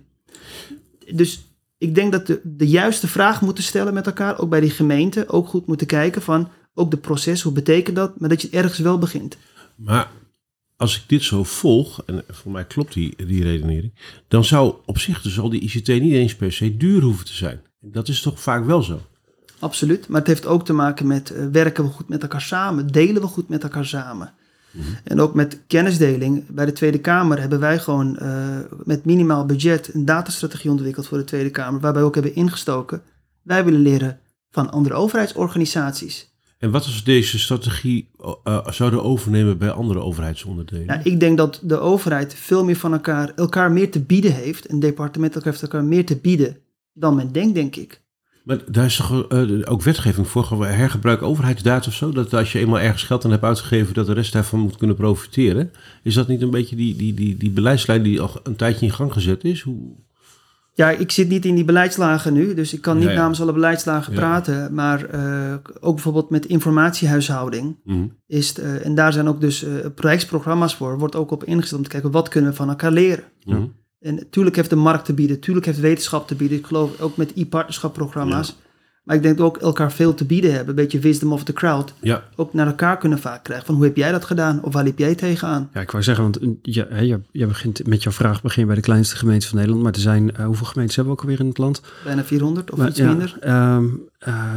Dus ik denk dat de, de juiste vraag moeten stellen met elkaar, ook bij die gemeente, ook goed moeten kijken van, ook de proces, hoe betekent dat, maar dat je ergens wel begint. Maar als ik dit zo volg, en voor mij klopt die, die redenering, dan zou op zich dus al die I C T niet eens per se duur hoeven te zijn. Dat is toch vaak wel zo? Absoluut, maar het heeft ook te maken met, uh, werken we goed met elkaar samen? Delen we goed met elkaar samen? Mm-hmm. En ook met kennisdeling. Bij de Tweede Kamer hebben wij gewoon uh, met minimaal budget een datastrategie ontwikkeld voor de Tweede Kamer, waarbij we ook hebben ingestoken. Wij willen leren van andere overheidsorganisaties. En wat als deze strategie uh, zouden overnemen bij andere overheidsonderdelen? Nou, ik denk dat de overheid veel meer van elkaar, elkaar meer te bieden heeft. Een departement heeft elkaar meer te bieden dan men denkt, denk ik. Maar daar is toch uh, ook wetgeving voor, hergebruik overheidsdata of zo? Dat als je eenmaal ergens geld aan hebt uitgegeven, dat de rest daarvan moet kunnen profiteren. Is dat niet een beetje die, die, die, die beleidslijn die al een tijdje in gang gezet is? Hoe... Ja, ik zit niet in die beleidslagen nu, dus ik kan niet ja, ja. namens alle beleidslagen ja. praten. Maar uh, ook bijvoorbeeld met informatiehuishouding mm-hmm. is het, uh, en daar zijn ook dus uh, projectprogramma's voor, wordt ook op ingezet om te kijken wat kunnen we van elkaar leren. Mm-hmm. En natuurlijk heeft de markt te bieden, natuurlijk heeft wetenschap te bieden. Ik geloof ook met e-partnerschapprogramma's. Ja. Maar ik denk dat we ook elkaar veel te bieden hebben. Een beetje wisdom of the crowd. Ja. Ook naar elkaar kunnen vaak krijgen. Van hoe heb jij dat gedaan? Of waar liep jij tegenaan? Ja, ik wou zeggen, want je, je, je begint met jouw vraag begin bij de kleinste gemeente van Nederland. Maar er zijn, uh, hoeveel gemeentes hebben we ook alweer in het land? Bijna vierhonderd of maar, iets ja, minder. Um, uh,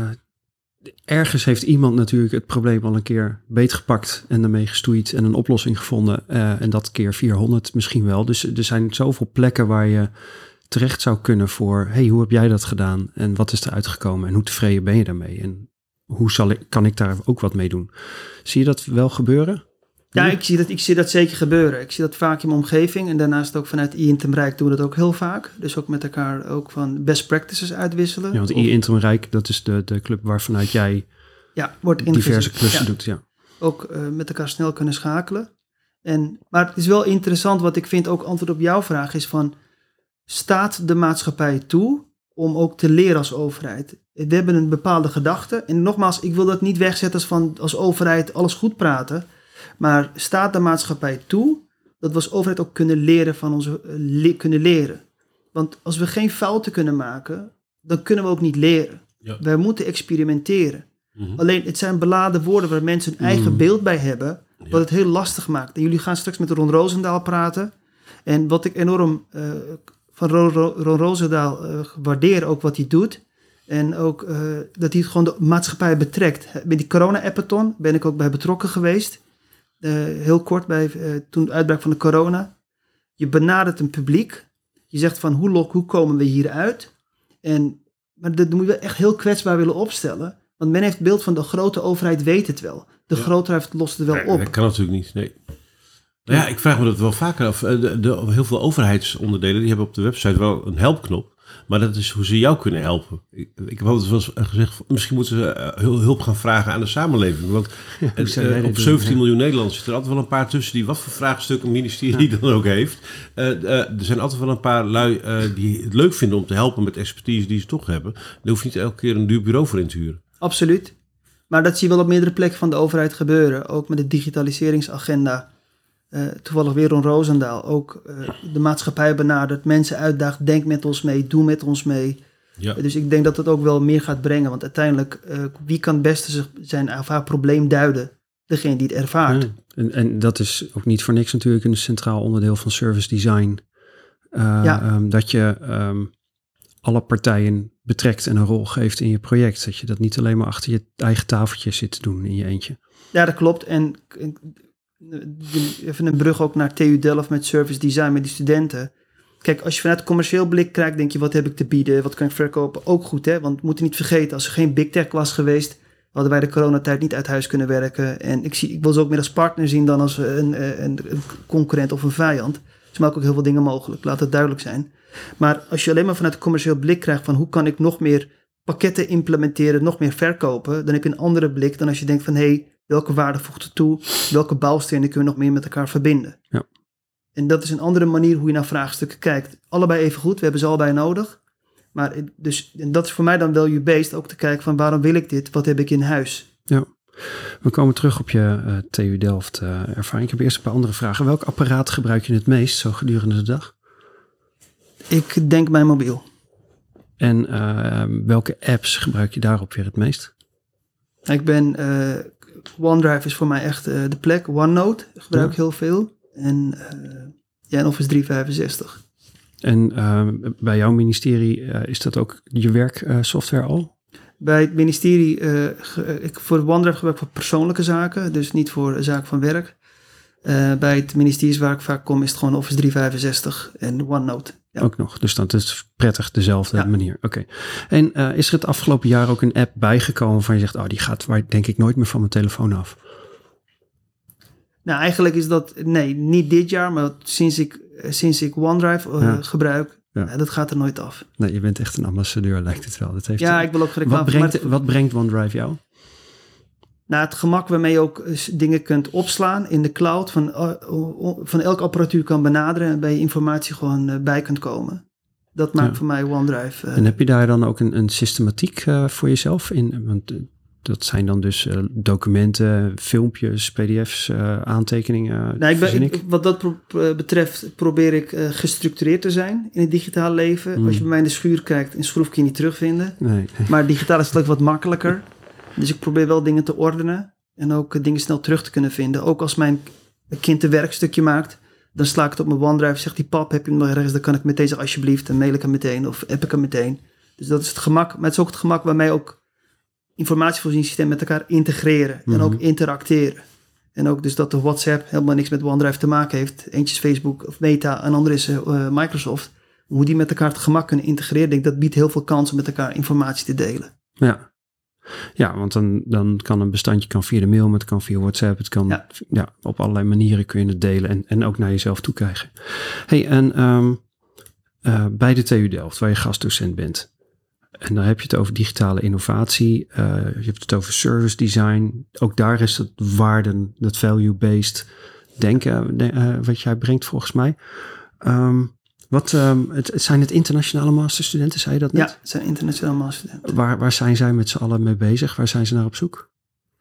ergens heeft iemand natuurlijk het probleem al een keer beetgepakt en ermee gestoeid en een oplossing gevonden. Uh, en dat keer vierhonderd misschien wel. Dus er zijn zoveel plekken waar je terecht zou kunnen voor, hey, hoe heb jij dat gedaan? En wat is er uitgekomen? En hoe tevreden ben je daarmee? En hoe zal ik, kan ik daar ook wat mee doen? Zie je dat wel gebeuren? Ja, ik zie dat, ik zie dat zeker gebeuren. Ik zie dat vaak in mijn omgeving. En daarnaast ook vanuit I-Interim Rijk doen we dat ook heel vaak. Dus ook met elkaar ook van best practices uitwisselen. Ja, want I-Interim Rijk, dat is de, de club waarvanuit jij ja, wordt diverse klussen ja. doet. Ja. Ook uh, met elkaar snel kunnen schakelen. En, maar het is wel interessant, wat ik vind ook antwoord op jouw vraag is van, staat de maatschappij toe om ook te leren als overheid? We hebben een bepaalde gedachte. En nogmaals, ik wil dat niet wegzetten als van als overheid alles goed praten. Maar staat de maatschappij toe dat we als overheid ook kunnen leren van onze uh, le- kunnen leren? Want als we geen fouten kunnen maken, dan kunnen we ook niet leren. Ja. Wij moeten experimenteren. Mm-hmm. Alleen het zijn beladen woorden waar mensen hun eigen mm. beeld bij hebben, wat ja. het heel lastig maakt. En jullie gaan straks met Ron Roosendaal praten. En wat ik enorm uh, van Ron, Ron Roosendaal uh, waardeer, ook wat hij doet. En ook uh, dat hij gewoon de maatschappij betrekt. Bij die corona-appathon ben ik ook bij betrokken geweest. Uh, heel kort bij uh, toen de uitbraak van de corona. Je benadert een publiek. Je zegt van hoe, hoe komen we hieruit? En, maar dat moet je wel echt heel kwetsbaar willen opstellen. Want men heeft het beeld van de grote overheid weet het wel. De ja. grote overheid lost het wel nee, op. Dat kan natuurlijk niet, nee. Nou ja, ik vraag me dat wel vaker af. De, de, heel veel overheidsonderdelen die hebben op de website wel een helpknop. Maar dat is hoe ze jou kunnen helpen. Ik, ik heb altijd wel eens gezegd, misschien moeten ze hulp gaan vragen aan de samenleving. Want ja, uh, op zeventien miljoen Nederlanders zitten er altijd wel een paar tussen die wat voor vraagstukken een ministerie ja. dan ook heeft. Uh, uh, er zijn altijd wel een paar lui uh, die het leuk vinden om te helpen met expertise die ze toch hebben. Daar hoef je niet elke keer een duur bureau voor in te huren. Absoluut. Maar dat zie je wel op meerdere plekken van de overheid gebeuren. Ook met de digitaliseringsagenda. Uh, toevallig weer Ron Roosendaal. Ook uh, de maatschappij benadert, mensen uitdaagt, denk met ons mee, doe met ons mee. Ja. Uh, dus ik denk dat het ook wel meer gaat brengen. Want uiteindelijk, uh, wie kan het beste zijn of haar probleem duiden? Degene die het ervaart. Ja, en, en dat is ook niet voor niks natuurlijk een centraal onderdeel van service design. Uh, ja. um, dat je um, alle partijen betrekt en een rol geeft in je project. Dat je dat niet alleen maar achter je eigen tafeltje zit te doen in je eentje. Ja, dat klopt. En even een brug ook naar T U Delft met service design met die studenten. Kijk, als je vanuit commercieel blik kijkt, denk je, wat heb ik te bieden? Wat kan ik verkopen? Ook goed, hè? Want we moeten niet vergeten, als er geen big tech was geweest, hadden wij de coronatijd niet uit huis kunnen werken. En ik, zie, ik wil ze ook meer als partner zien dan als een, een, een concurrent of een vijand. Ze maken ook heel veel dingen mogelijk, laat het duidelijk zijn. Maar als je alleen maar vanuit een commercieel blik krijgt van hoe kan ik nog meer pakketten implementeren, nog meer verkopen, dan heb je een andere blik dan als je denkt van hé, hey, welke waarde voegt het toe? Welke bouwstenen kunnen we nog meer met elkaar verbinden? Ja. En dat is een andere manier hoe je naar vraagstukken kijkt. Allebei even goed, we hebben ze allebei nodig. Maar dus, en dat is voor mij dan value-based, ook te kijken van waarom wil ik dit? Wat heb ik in huis? Ja, we komen terug op je uh, T U Delft uh, ervaring. Ik heb eerst een paar andere vragen. Welk apparaat gebruik je het meest zo gedurende de dag? Ik denk mijn mobiel. En uh, welke apps gebruik je daarop weer het meest? Ik ben... Uh, OneDrive is voor mij echt uh, de plek. OneNote gebruik ik ja. heel veel. En, uh, ja, en Office driehonderdzestig. En uh, bij jouw ministerie uh, is dat ook je werksoftware uh, al? Bij het ministerie, uh, ge, ik voor OneDrive gebruik ik voor persoonlijke zaken. Dus niet voor zaken van werk. Uh, bij het ministerie waar ik vaak kom is het gewoon Office driehonderdvijfenzestig en OneNote. Ja. Ook nog, dus dat is prettig dezelfde ja. manier. Oké. Okay. En uh, is er het afgelopen jaar ook een app bijgekomen waarvan je zegt, oh, die gaat waar denk ik nooit meer van mijn telefoon af? Nou, eigenlijk is dat, nee, niet dit jaar, maar sinds ik, sinds ik OneDrive uh, ja. gebruik, ja. Uh, dat gaat er nooit af. Nee, je bent echt een ambassadeur, lijkt het wel. Dat heeft ja, er... ik wil ook reclame. Wat brengt, wat brengt OneDrive jou? Nou, het gemak waarmee je ook dingen kunt opslaan in de cloud, van, uh, van elke apparatuur kan benaderen en bij je informatie gewoon uh, bij kunt komen. Dat maakt ja. voor mij OneDrive. Uh, en heb je daar dan ook een, een systematiek uh, voor jezelf in? Want uh, dat zijn dan dus uh, documenten, filmpjes, P D F's, uh, aantekeningen. Nou, ik ben, ik, wat dat pro- betreft probeer ik uh, gestructureerd te zijn in het digitale leven. Mm. Als je bij mij in de schuur kijkt, een schroef kun je niet terugvinden. Nee. Maar digitaal is het ook wat makkelijker. Dus ik probeer wel dingen te ordenen en ook uh, dingen snel terug te kunnen vinden. Ook als mijn kind een werkstukje maakt, dan sla ik het op mijn OneDrive. Zegt die pap, heb je hem nog ergens? Dan kan ik meteen zeggen, alsjeblieft, dan mail ik hem meteen of app ik hem meteen. Dus dat is het gemak. Maar het is ook het gemak waarmee ook informatievoorzieningssystemen met elkaar integreren mm-hmm. en ook interacteren. En ook dus dat de WhatsApp helemaal niks met OneDrive te maken heeft. Eentje is Facebook of Meta en ander is uh, Microsoft. Hoe die met elkaar het gemak kunnen integreren, denk dat biedt heel veel kansen om met elkaar informatie te delen. Ja. Ja, want dan, dan kan een bestandje kan via de mail, maar het kan via WhatsApp. Het kan ja. Ja, op allerlei manieren kun je het delen en, en ook naar jezelf toe krijgen. Hey, en um, uh, bij de T U Delft, waar je gastdocent bent, en dan heb je het over digitale innovatie, uh, je hebt het over service design. Ook daar is dat waarden, dat value-based denken, uh, wat jij brengt volgens mij. Um, Wat, um, het, het zijn het internationale masterstudenten, zei je dat net? Ja, het zijn internationale masterstudenten. Waar, waar zijn zij met z'n allen mee bezig? Waar zijn ze naar op zoek?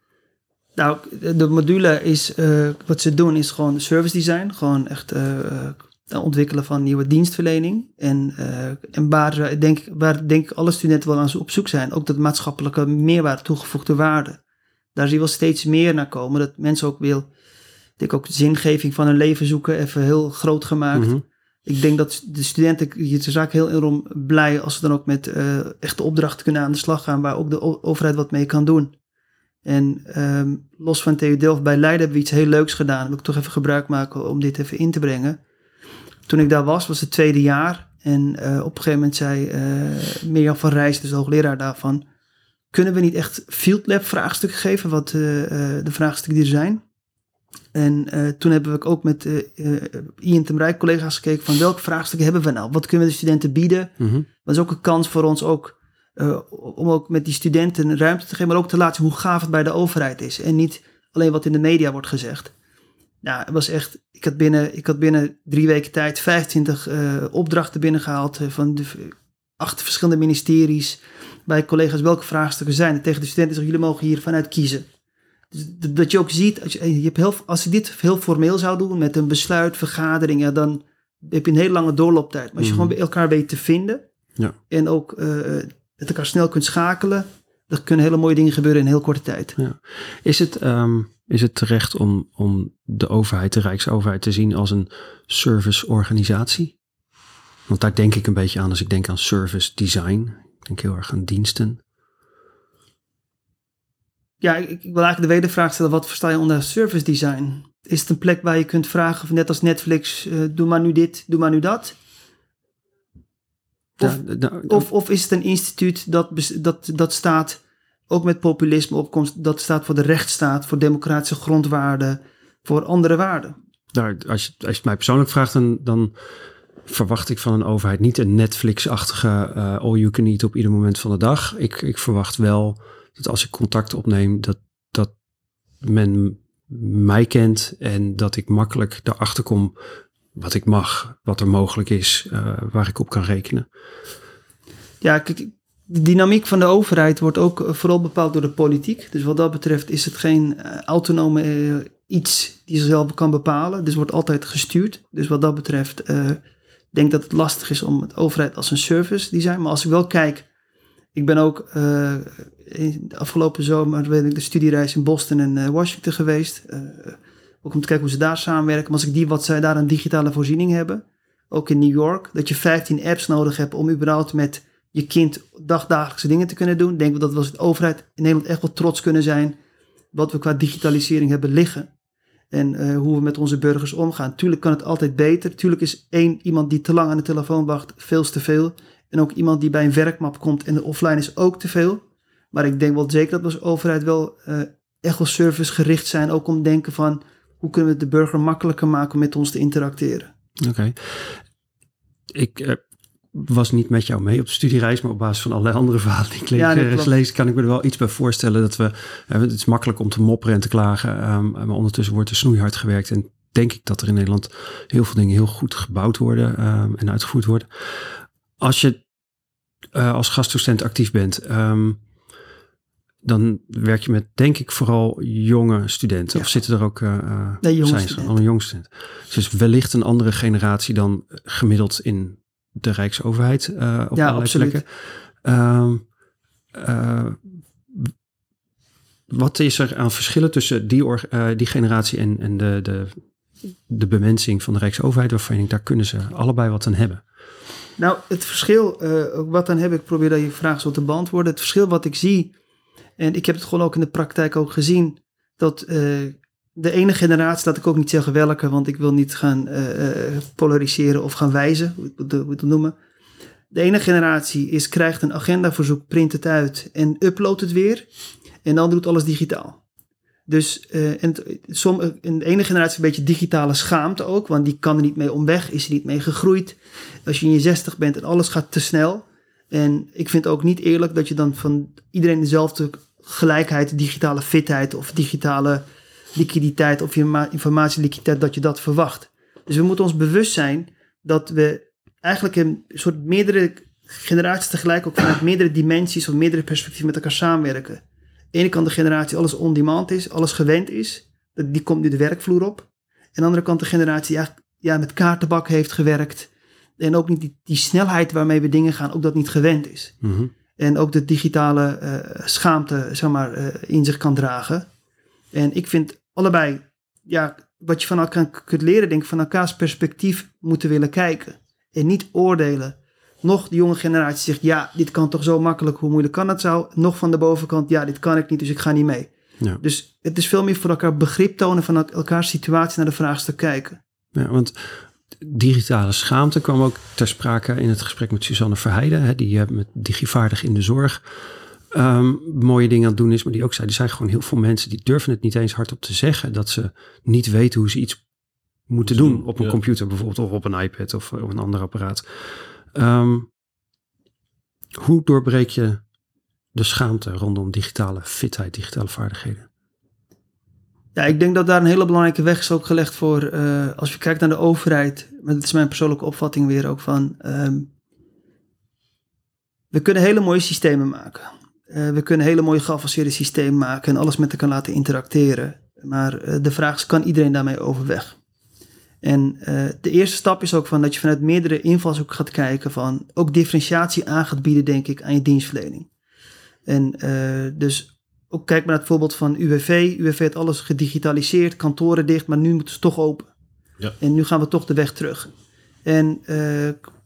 Nou, de module is, uh, wat ze doen is gewoon service design. Gewoon echt uh, uh, ontwikkelen van nieuwe dienstverlening. En, uh, en waar, uh, denk, waar denk ik alle studenten wel aan op zoek zijn. Ook dat maatschappelijke meerwaarde, toegevoegde waarde. Daar zie je wel steeds meer naar komen. Dat mensen ook wil, denk ook de zingeving van hun leven zoeken. Even heel groot gemaakt. Mm-hmm. Ik denk dat de studenten, je is vaak heel enorm blij als ze dan ook met uh, echte opdrachten kunnen aan de slag gaan, waar ook de o- overheid wat mee kan doen. En um, los van T U Delft bij Leiden hebben we iets heel leuks gedaan. Wil ik toch even gebruik maken om dit even in te brengen. Toen ik daar was, was het tweede jaar. En uh, op een gegeven moment zei uh, Mirjam van Rijs, dus de hoogleraar daarvan, kunnen we niet echt field lab vraagstukken geven, wat uh, uh, de vraagstukken die er zijn. En uh, toen hebben we ook met uh, uh, Ian ten Rijk collega's gekeken van welke vraagstukken hebben we nou? Wat kunnen we de studenten bieden? Mm-hmm. Dat is ook een kans voor ons ook uh, om ook met die studenten ruimte te geven, maar ook te laten zien hoe gaaf het bij de overheid is. En niet alleen wat in de media wordt gezegd. Nou, het was echt, ik had binnen, ik had binnen drie weken tijd vijfentwintig uh, opdrachten binnengehaald uh, van de acht verschillende ministeries bij collega's welke vraagstukken zijn. En tegen de studenten zeggen, jullie mogen hier vanuit kiezen. Dus dat je ook ziet, als je, je hebt heel, als je dit heel formeel zou doen met een besluit, vergadering, ja, dan heb je een hele lange doorlooptijd. Maar als je mm. gewoon bij elkaar weet te vinden ja. en ook uh, met elkaar snel kunt schakelen, dan kunnen hele mooie dingen gebeuren in een heel korte tijd. Ja. Is het, um, is het terecht om, om de overheid, de Rijksoverheid, te zien als een serviceorganisatie? Want daar denk ik een beetje aan als ik denk aan service design. Ik denk heel erg aan diensten. Ja, ik, ik wil eigenlijk de wedervraag stellen, wat versta je onder service design? Is het een plek waar je kunt vragen, net als Netflix, uh, doe maar nu dit, doe maar nu dat? Of, ja, da, da, of, of is het een instituut dat, dat, dat staat, ook met populisme opkomst, dat staat voor de rechtsstaat, voor democratische grondwaarden, voor andere waarden? Daar, als, je, als je het mij persoonlijk vraagt, dan, dan verwacht ik van een overheid niet een Netflix-achtige uh, all-you-can-eat op ieder moment van de dag. Ik, ik verwacht wel dat als ik contact opneem, dat, dat men mij kent en dat ik makkelijk erachter kom wat ik mag, wat er mogelijk is, uh, waar ik op kan rekenen. Ja, kijk, de dynamiek van de overheid wordt ook vooral bepaald door de politiek. Dus wat dat betreft is het geen uh, autonome uh, iets die zichzelf kan bepalen. Dus wordt altijd gestuurd. Dus wat dat betreft uh, denk dat het lastig is om het overheid als een service design. Maar als ik wel kijk, ik ben ook uh, in de afgelopen zomer ben ik de studiereis in Boston en uh, Washington geweest. Uh, ook om te kijken hoe ze daar samenwerken. Maar als ik die wat zij daar een digitale voorziening hebben, ook in New York, dat je vijftien apps nodig hebt om überhaupt met je kind dagdagelijkse dingen te kunnen doen. Denk ik dat we als overheid in Nederland echt wel trots kunnen zijn wat we qua digitalisering hebben liggen. En uh, hoe we met onze burgers omgaan. Tuurlijk kan het altijd beter. Tuurlijk is één iemand die te lang aan de telefoon wacht veel te veel. En ook iemand die bij een werkmap komt en de offline is ook te veel. Maar ik denk wel zeker dat we als overheid wel uh, echt wel servicegericht zijn. Ook om te denken van hoe kunnen we het de burger makkelijker maken om met ons te interacteren. Oké. Okay. Ik uh, was niet met jou mee op de studiereis, maar op basis van allerlei andere verhalen die ik lees, ja, nee, lees kan ik me er wel iets bij voorstellen dat we, uh, het is makkelijk om te mopperen en te klagen, um, maar ondertussen wordt er snoeihard gewerkt en denk ik dat er in Nederland heel veel dingen heel goed gebouwd worden um, en uitgevoerd worden. Als je uh, als gastdocent actief bent, um, dan werk je met, denk ik, vooral jonge studenten. Ja. Of zitten er ook, uh, nee, jonge zijn ze al een jong student? Dus wellicht een andere generatie dan gemiddeld in de Rijksoverheid uh, op ja, allerlei absoluut. plekken. Uh, uh, wat is er aan verschillen tussen die, or, uh, die generatie en, en de, de, de bemensing van de Rijksoverheid, waarvan je denkt, daar kunnen ze allebei wat aan hebben? Nou, het verschil, uh, wat dan heb ik, probeer dat je vraag zo te beantwoorden. Het verschil wat ik zie, en ik heb het gewoon ook in de praktijk ook gezien, dat uh, de ene generatie, laat ik ook niet zeggen welke, want ik wil niet gaan uh, polariseren of gaan wijzen, hoe ik het wil noemen. De ene generatie is, krijgt een agendaverzoek, print het uit en uploadt het weer. En dan doet alles digitaal. Dus uh, en, som, in de ene generatie een beetje digitale schaamte ook, want die kan er niet mee omweg, is er niet mee gegroeid. Als je in je zestig bent en alles gaat te snel. En ik vind het ook niet eerlijk dat je dan van iedereen dezelfde gelijkheid, digitale fitheid of digitale liquiditeit of informatieliquiditeit, dat je dat verwacht. Dus we moeten ons bewust zijn dat we eigenlijk een soort meerdere generaties tegelijk ook vanuit meerdere dimensies of meerdere perspectieven met elkaar samenwerken. Aan de ene kant de generatie alles on-demand is, alles gewend is, die komt nu de werkvloer op. Aan de andere kant de generatie die ja, met kaartenbak heeft gewerkt en ook niet die, die snelheid waarmee we dingen gaan, ook dat niet gewend is. Mm-hmm. En ook de digitale uh, schaamte zeg maar, uh, in zich kan dragen. En ik vind allebei, ja, wat je van elkaar kunt leren, denk ik, van elkaars perspectief moeten willen kijken. En niet oordelen. Nog de jonge generatie zegt, ja, dit kan toch zo makkelijk, hoe moeilijk kan het zo? Nog van de bovenkant, ja, dit kan ik niet, dus ik ga niet mee. Ja. Dus het is veel meer voor elkaar begrip tonen van elkaars situatie naar de vraagstuk kijken. Ja, want digitale schaamte kwam ook ter sprake in het gesprek met Suzanne Verheijden, hè, die met Digivaardig in de zorg um, mooie dingen aan het doen is, maar die ook zei, er zijn gewoon heel veel mensen die durven het niet eens hardop te zeggen, dat ze niet weten hoe ze iets moeten doen, doen op een ja. computer bijvoorbeeld, of op een iPad of op een ander apparaat. Um, hoe doorbreek je de schaamte rondom digitale fitheid, digitale vaardigheden? Ja, ik denk dat daar een hele belangrijke weg is ook gelegd voor, uh, als je kijkt naar de overheid, maar dat is mijn persoonlijke opvatting weer ook van, um, we kunnen hele mooie systemen maken. Uh, we kunnen hele mooie geavanceerde systemen maken en alles met elkaar laten interacteren. Maar uh, de vraag is, kan iedereen daarmee overweg? En uh, de eerste stap is ook van dat je vanuit meerdere invalshoeken gaat kijken van, ook differentiatie aan gaat bieden, denk ik, aan je dienstverlening. En uh, dus ook kijk maar naar het voorbeeld van U W V. U W V heeft alles gedigitaliseerd, kantoren dicht, maar nu moeten ze toch open. Ja. En nu gaan we toch de weg terug. En uh,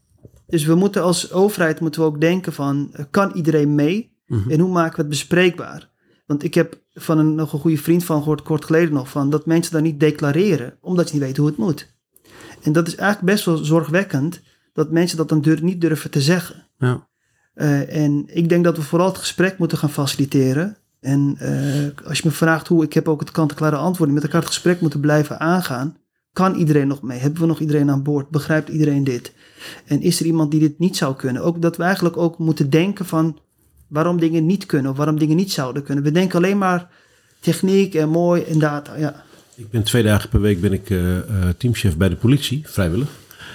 dus we moeten als overheid moeten we ook denken van, uh, kan iedereen mee? Mm-hmm. En hoe maken we het bespreekbaar? Want ik heb van een nog een goede vriend van gehoord, kort geleden nog, van dat mensen daar niet declareren, omdat ze niet weten hoe het moet. En dat is eigenlijk best wel zorgwekkend, dat mensen dat dan dur- niet durven te zeggen. Ja. Uh, en ik denk dat we vooral het gesprek moeten gaan faciliteren. En uh, als je me vraagt hoe, ik heb ook het kant-en-klare antwoorden, met elkaar het gesprek moeten blijven aangaan. Kan iedereen nog mee? Hebben we nog iedereen aan boord? Begrijpt iedereen dit? En is er iemand die dit niet zou kunnen? Ook dat we eigenlijk ook moeten denken van waarom dingen niet kunnen of waarom dingen niet zouden kunnen. We denken alleen maar techniek en mooi en data, ja. Ik ben twee dagen per week ben ik uh, uh, teamchef bij de politie, vrijwillig.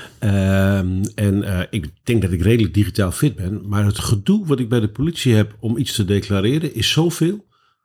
Uh, en uh, ik denk dat ik redelijk digitaal fit ben. Maar het gedoe wat ik bij de politie heb om iets te declareren is zoveel,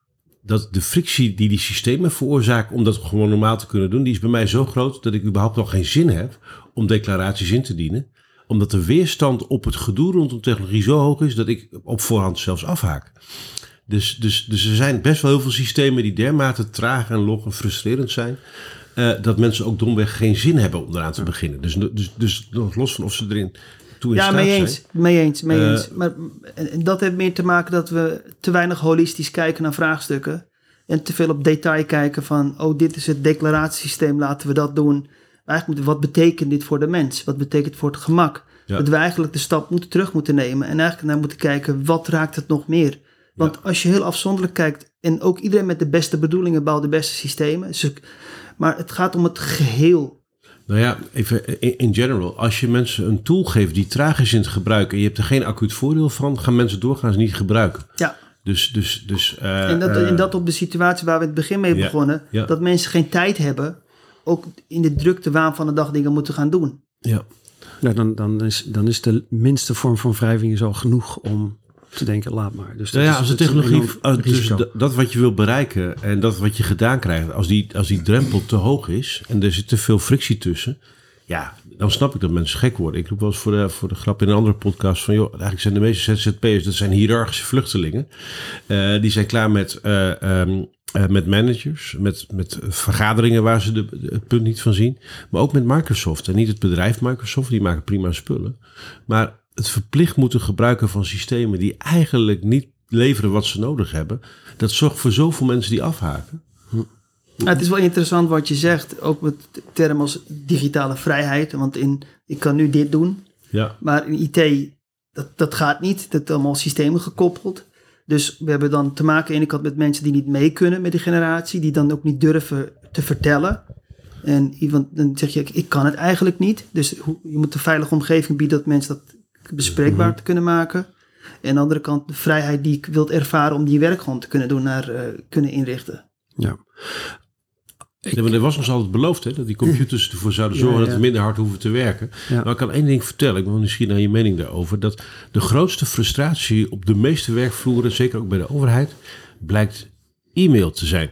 dat de frictie die die systemen veroorzaken om dat gewoon normaal te kunnen doen, die is bij mij zo groot dat ik überhaupt nog geen zin heb om declaraties in te dienen. Omdat de weerstand op het gedoe rondom technologie zo hoog is dat ik op voorhand zelfs afhaak. Dus, dus, dus er zijn best wel heel veel systemen die dermate traag en log en frustrerend zijn, Uh, dat mensen ook domweg geen zin hebben om eraan te beginnen. Dus, dus, dus nog los van of ze erin toe in ja, staat mee eens, zijn. mee eens, mee Uh, eens. Maar en dat heeft meer te maken dat we te weinig holistisch kijken naar vraagstukken. En te veel op detail kijken van, oh, dit is het declaratiesysteem, laten we dat doen. Eigenlijk moeten, wat betekent dit voor de mens? Wat betekent het voor het gemak? Ja. Dat we eigenlijk de stap moeten terug moeten nemen. En eigenlijk naar moeten kijken, wat raakt het nog meer? Want ja. als je heel afzonderlijk kijkt, en ook iedereen met de beste bedoelingen bouwt de beste systemen. Dus, maar het gaat om het geheel. Nou ja, even in, in general. Als je mensen een tool geeft die traag is in het gebruiken en je hebt er geen acuut voordeel van, gaan mensen doorgaans niet gebruiken. Ja. Dus, dus, dus, uh, en, dat, en dat op de situatie waar we in het begin mee ja, begonnen. Ja. Dat mensen geen tijd hebben, ook in de drukte waan van de dag dingen moeten gaan doen. Ja. Nou, dan, dan, is, dan is de minste vorm van wrijving is al genoeg om te denken, laat maar. Dus dat nou ja, is, als de technologie, als, dus d- dat wat je wil bereiken en dat wat je gedaan krijgt, als die, als die drempel te hoog is en er zit te veel frictie tussen, ja, dan snap ik dat mensen gek worden. Ik roep wel eens voor de, voor de grap in een andere podcast van, joh, eigenlijk zijn de meeste Z Z P'ers, dat zijn hiërarchische vluchtelingen. Uh, die zijn klaar met, uh, um, uh, met managers, met, met vergaderingen waar ze de, de, het punt niet van zien, maar ook met Microsoft. En niet het bedrijf Microsoft, die maken prima spullen, maar het verplicht moeten gebruiken van systemen die eigenlijk niet leveren wat ze nodig hebben, dat zorgt voor zoveel mensen die afhaken. Hm. Ja, het is wel interessant wat je zegt, ook met termen als digitale vrijheid, want in, ik kan nu dit doen, ja. maar in I T, dat, dat gaat niet, dat is allemaal systemen gekoppeld. Dus we hebben dan te maken aan de ene kant met mensen die niet mee kunnen met die generatie, die dan ook niet durven te vertellen. En iemand, dan zeg je, ik kan het eigenlijk niet. Dus je moet een veilige omgeving bieden dat mensen dat bespreekbaar mm-hmm. te kunnen maken. En aan de andere kant de vrijheid die ik wil ervaren om die werk gewoon te kunnen doen, naar uh, kunnen inrichten. Ja. Ik... Ja, maar er was ons altijd beloofd, hè, dat die computers ervoor zouden zorgen ja, ja. dat we minder hard hoeven te werken. Ja. Maar ik kan één ding vertellen, ik ben wel nieuwsgierig naar je mening daarover, dat de grootste frustratie op de meeste werkvloeren, zeker ook bij de overheid, blijkt e-mail te zijn.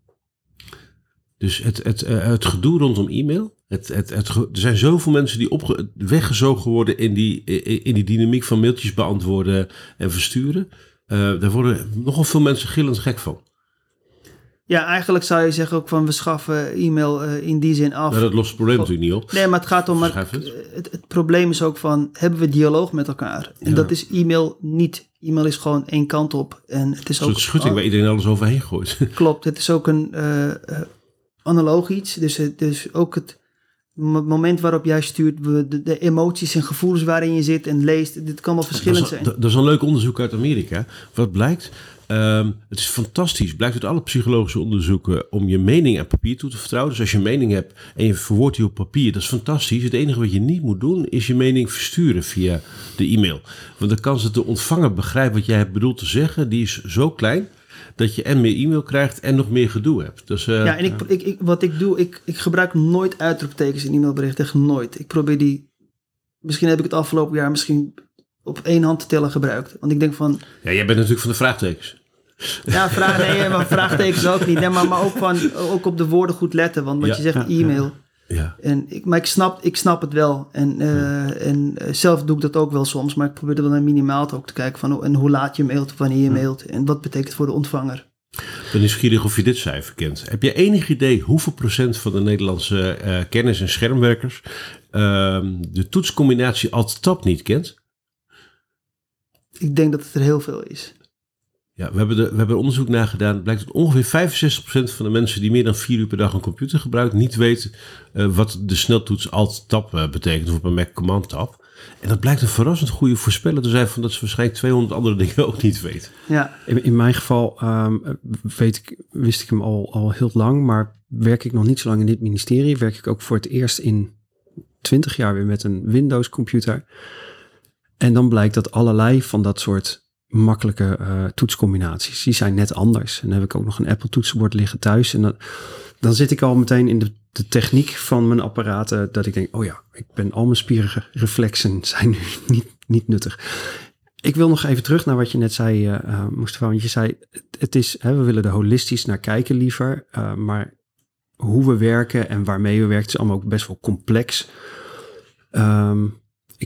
Dus het, het, uh, het gedoe rondom e-mail. Het, het, het, er zijn zoveel mensen die opge- weggezogen worden in die, in die dynamiek van mailtjes beantwoorden en versturen. Uh, daar worden nogal veel mensen gillend gek van. Ja, eigenlijk zou je zeggen ook van we schaffen e-mail uh, in die zin af. Nou, dat lost het probleem natuurlijk niet op. Nee, maar het gaat om, maar het, het, het probleem is ook van, hebben we dialoog met elkaar? En ja. dat is e-mail niet. E-mail is gewoon één kant op. En het is ook een soort schutting waar iedereen alles overheen gooit. Klopt, het is ook een uh, uh, analoog iets. Dus, dus ook het het moment waarop jij stuurt, de, de emoties en gevoelens waarin je zit en leest, dit kan wel verschillend dat is, zijn. Dat, dat is een leuk onderzoek uit Amerika. Wat blijkt, um, het is fantastisch, blijkt uit alle psychologische onderzoeken om je mening aan papier toe te vertrouwen. Dus als je een mening hebt en je verwoordt die op papier, dat is fantastisch. Het enige wat je niet moet doen, is je mening versturen via de e-mail. Want de kans dat de ontvanger begrijpt wat jij hebt bedoeld te zeggen, die is zo klein dat je en meer e-mail krijgt en nog meer gedoe hebt. Dus, uh, ja, en ik, ik, ik, wat ik doe, ik, ik gebruik nooit uitroeptekens in e-mailberichten. Echt nooit. Ik probeer die, misschien heb ik het afgelopen jaar misschien op één hand te tellen gebruikt. Want ik denk van... Ja, jij bent natuurlijk van de vraagtekens. Ja, vraag, nee, maar vraagtekens ook niet. Nee, maar, maar ook, van, ook op de woorden goed letten. Want wat ja, je zegt, e-mail. Ja. En ik, maar ik snap, ik snap het wel. En, uh, ja. en uh, zelf doe ik dat ook wel soms. Maar ik probeer er wel naar minimaal ook te kijken van... en hoe laat je mailt, wanneer je mailt. En wat betekent het voor de ontvanger. Ik ben nieuwsgierig of je dit cijfer kent. Heb je enig idee hoeveel procent van de Nederlandse uh, kennis- en schermwerkers... Uh, de toetscombinatie alt-tab niet kent? Ik denk dat het er heel veel is. Ja, we hebben, de, we hebben onderzoek naar gedaan. Het blijkt dat ongeveer vijfenzestig procent van de mensen die meer dan vier uur per dag een computer gebruiken, niet weten uh, wat de sneltoets alt-tab uh, betekent, of op een Mac command-tab. En dat blijkt een verrassend goede voorspeller te zijn van dat ze waarschijnlijk tweehonderd andere dingen ook niet weten. Ja. In, in mijn geval um, weet ik, wist ik hem al, al heel lang, maar werk ik nog niet zo lang in dit ministerie. Werk ik ook voor het eerst in twintig jaar weer met een Windows computer. En dan blijkt dat allerlei van dat soort makkelijke uh, toetscombinaties, die zijn net anders. En dan heb ik ook nog een Apple toetsenbord liggen thuis. En dan, dan zit ik al meteen in de, de techniek van mijn apparaten, dat ik denk, oh ja, ik ben al mijn spierige reflexen zijn nu niet, niet nuttig. Ik wil nog even terug naar wat je net zei, uh, uh, Mustafa, want je zei, het is, hè, we willen er holistisch naar kijken liever, uh, maar hoe we werken en waarmee we werken is allemaal ook best wel complex. Um,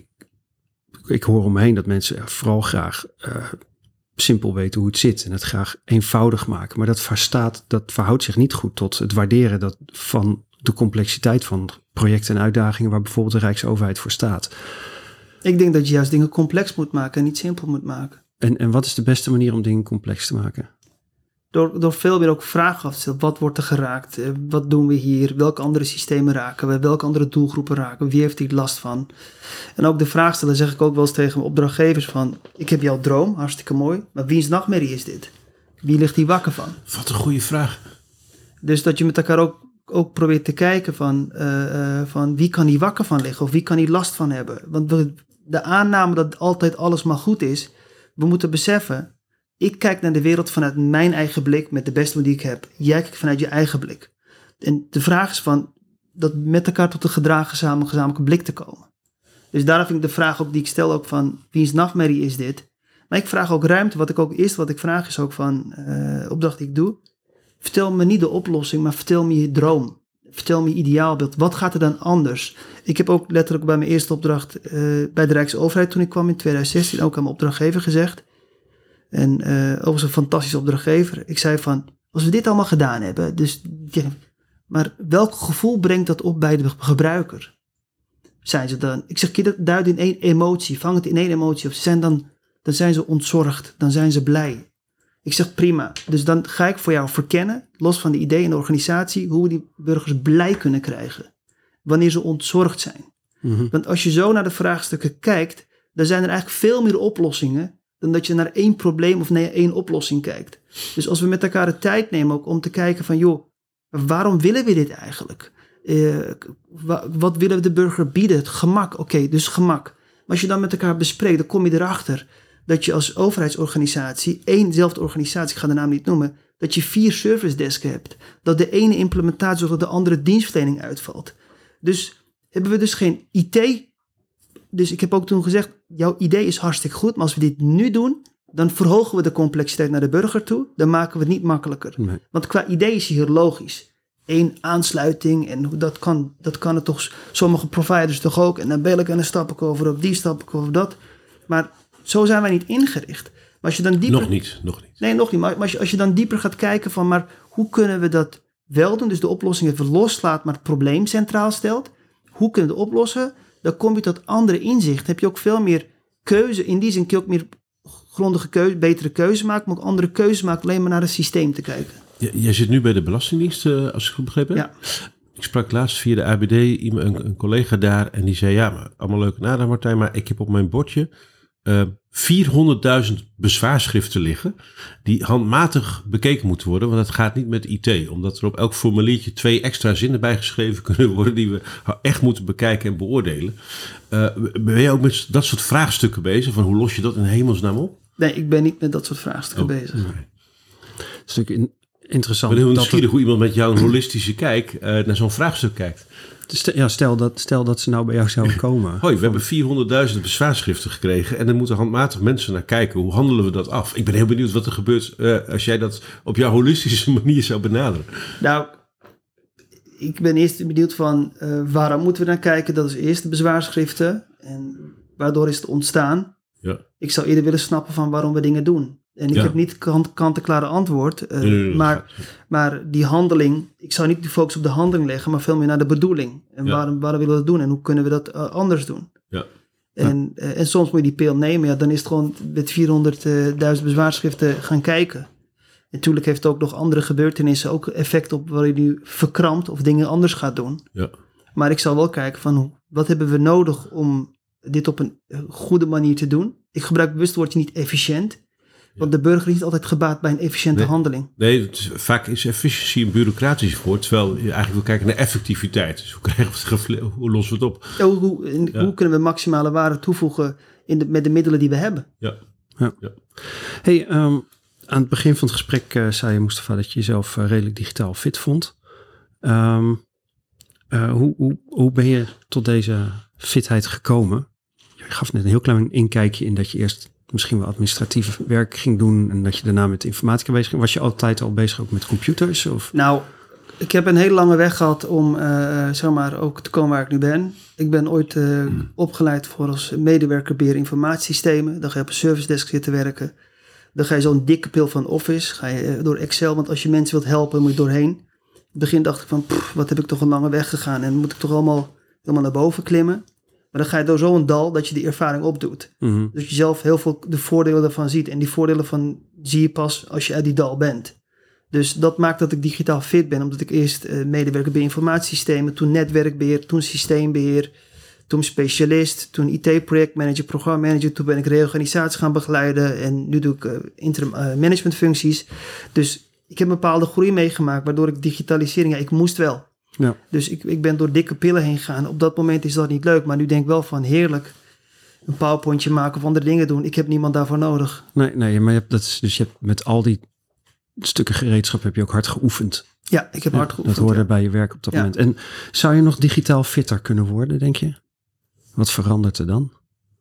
Ik hoor omheen dat mensen vooral graag uh, simpel weten hoe het zit en het graag eenvoudig maken. Maar dat, verstaat, dat verhoudt zich niet goed tot het waarderen dat van de complexiteit van projecten en uitdagingen waar bijvoorbeeld de Rijksoverheid voor staat. Ik denk dat je juist dingen complex moet maken en niet simpel moet maken. En, en wat is de beste manier om dingen complex te maken? Door, door veel meer ook vragen af te stellen. Wat wordt er geraakt? Wat doen we hier? Welke andere systemen raken we? Welke andere doelgroepen raken we? Wie heeft hier last van? En ook de vraag stellen zeg ik ook wel eens tegen mijn opdrachtgevers van... Ik heb jouw droom, hartstikke mooi. Maar wiens nachtmerrie is dit? Wie ligt hier wakker van? Wat een goede vraag. Dus dat je met elkaar ook, ook probeert te kijken van, uh, uh, van... Wie kan hier wakker van liggen? Of wie kan hier last van hebben? Want we, de aanname dat altijd alles maar goed is... We moeten beseffen... Ik kijk naar de wereld vanuit mijn eigen blik met de beste die ik heb. Jij kijkt vanuit je eigen blik. En de vraag is van dat met elkaar tot een gedragen samen, gezamenlijke blik te komen. Dus daarom vind ik de vraag ook die ik stel ook van wiens nachtmerrie is dit? Maar ik vraag ook ruimte. Wat ik ook eerst wat ik vraag is ook van uh, opdracht die ik doe. Vertel me niet de oplossing, maar vertel me je droom. Vertel me je ideaalbeeld. Wat gaat er dan anders? Ik heb ook letterlijk bij mijn eerste opdracht uh, bij de Rijksoverheid toen ik kwam in twintig zestien ook aan mijn opdrachtgever gezegd. En uh, overigens een fantastische opdrachtgever. Ik zei van, als we dit allemaal gedaan hebben, dus, ja, maar welk gevoel brengt dat op bij de gebruiker? Zijn ze dan, ik zeg, je duid in één emotie, vang het in één emotie op. Ze zijn dan, dan zijn ze ontzorgd, dan zijn ze blij. Ik zeg, prima. Dus dan ga ik voor jou verkennen, los van de idee en de organisatie, hoe we die burgers blij kunnen krijgen. Wanneer ze ontzorgd zijn. Mm-hmm. Want als je zo naar de vraagstukken kijkt, dan zijn er eigenlijk veel meer oplossingen dan dat je naar één probleem of naar één oplossing kijkt. Dus als we met elkaar de tijd nemen ook om te kijken van... joh, waarom willen we dit eigenlijk? Uh, wat willen we de burger bieden? Het gemak. Oké, okay, dus gemak. Maar als je dan met elkaar bespreekt, dan kom je erachter... dat je als overheidsorganisatie, éénzelfde organisatie, ik ga de naam niet noemen... dat je vier service desks hebt. Dat de ene implementatie zorgt dat de andere dienstverlening uitvalt. Dus hebben we dus geen I T... Dus ik heb ook toen gezegd, jouw idee is hartstikke goed, maar als we dit nu doen, dan verhogen we de complexiteit naar de burger toe. Dan maken we het niet makkelijker. Nee. Want qua idee is hier logisch. Eén aansluiting en dat kan, dat kan het toch sommige providers toch ook. En dan bel ik en dan stap ik over op die, stap ik over dat. Maar zo zijn wij niet ingericht. Maar als je dan dieper, nog niet, nog niet. Nee, nog niet. Maar als je, als je dan dieper gaat kijken van, maar hoe kunnen we dat wel doen? Dus de oplossing even loslaat, maar het probleem centraal stelt. Hoe kunnen we het oplossen? Dan kom je tot andere inzichten. Heb je ook veel meer keuze. In die zin kun je ook meer grondige keuze, betere keuze maken. Maar ook andere keuzes maken alleen maar naar het systeem te kijken. Ja, jij zit nu bij de Belastingdienst, uh, als ik het goed begrepen heb. Ja. Ik sprak laatst via de A B D iemand, een, een collega daar en die zei, ja, maar allemaal leuke naden Martijn, maar ik heb op mijn bordje uh, vierhonderdduizend bezwaarschriften liggen die handmatig bekeken moeten worden, want dat gaat niet met I T, omdat er op elk formuliertje twee extra zinnen bijgeschreven kunnen worden die we echt moeten bekijken en beoordelen. Uh, ben je ook met dat soort vraagstukken bezig, van hoe los je dat in hemelsnaam op? Nee, ik ben niet met dat soort vraagstukken oh, bezig. Nee. Stuk in, interessant. Ik ben heel nieuwsgierig hoe iemand met jouw holistische kijk uh, naar zo'n vraagstuk kijkt. Stel, ja, stel, dat, stel dat ze nou bij jou zouden komen. Hoi, we hebben vierhonderdduizend bezwaarschriften gekregen en er moeten handmatig mensen naar kijken. Hoe handelen we dat af? Ik ben heel benieuwd wat er gebeurt uh, als jij dat op jouw holistische manier zou benaderen. Nou, ik ben eerst benieuwd van uh, waarom moeten we naar kijken? Dat is eerst de bezwaarschriften en waardoor is het ontstaan. Ja. Ik zou eerder willen snappen van waarom we dingen doen. En ik ja. heb niet kant, kant-en-klare antwoord. Uh, nee, nee, nee, maar, maar die handeling, ik zou niet de focus op de handeling leggen, maar veel meer naar de bedoeling. En ja. waarom, waarom willen we dat doen en hoe kunnen we dat uh, anders doen? Ja. En, uh, en soms moet je die pil nemen. Ja, dan is het gewoon met vierhonderdduizend bezwaarschriften gaan kijken. Natuurlijk heeft het ook nog andere gebeurtenissen ook effect op waar je nu verkrampt of dingen anders gaat doen. Ja. Maar ik zal wel kijken van hoe, wat hebben we nodig om dit op een goede manier te doen. Ik gebruik bewust het woordje niet efficiënt. Want de burger is niet altijd gebaat bij een efficiënte nee, handeling. Nee, het is, vaak is efficiëntie een bureaucratisch woord, terwijl je eigenlijk wil kijken naar effectiviteit. Dus hoe, krijgen we het gefle- hoe lossen we het op? Ja, hoe, hoe, ja. hoe kunnen we maximale waarde toevoegen in de, met de middelen die we hebben? Ja. ja. ja. Hey, um, aan het begin van het gesprek uh, zei je, Mustafa, dat je jezelf uh, redelijk digitaal fit vond. Um, uh, hoe, hoe, hoe ben je tot deze fitheid gekomen? Je gaf net een heel klein inkijkje in dat je eerst misschien wel administratief werk ging doen en dat je daarna met informatica bezig ging. Was je altijd al bezig ook met computers? Of? Nou, ik heb een hele lange weg gehad om uh, zeg maar ook te komen waar ik nu ben. Ik ben ooit uh, hmm. opgeleid voor als medewerker beheer informatiesystemen. Dan ga je op een service desk zitten werken. Dan ga je zo'n dikke pil van Office, ga je uh, door Excel, want als je mensen wilt helpen, moet je doorheen. In het begin dacht ik van, pff, wat heb ik toch een lange weg gegaan en moet ik toch allemaal helemaal naar boven klimmen. Maar dan ga je door zo'n dal dat je de ervaring opdoet. Mm-hmm. Dus je zelf heel veel de voordelen daarvan ziet. En die voordelen van zie je pas als je uit die dal bent. Dus dat maakt dat ik digitaal fit ben. Omdat ik eerst uh, medewerker bij informatiesystemen, toen netwerkbeheer, toen systeembeheer, toen specialist, toen I T-projectmanager, programmamanager. Toen ben ik reorganisatie gaan begeleiden en nu doe ik uh, interim uh, managementfuncties. Dus ik heb een bepaalde groei meegemaakt, waardoor ik digitalisering, ja, ik moest wel. Ja. Dus ik, ik ben door dikke pillen heen gegaan. Op dat moment is dat niet leuk, maar nu denk ik wel van heerlijk. Een powerpointje maken of andere dingen doen. Ik heb niemand daarvoor nodig. Nee, nee, maar je hebt, dat is, dus je hebt met al die stukken gereedschap heb je ook hard geoefend. Ja, ik heb ja, hard geoefend. Dat hoorde ja. bij je werk op dat ja. moment. En zou je nog digitaal fitter kunnen worden, denk je? Wat verandert er dan?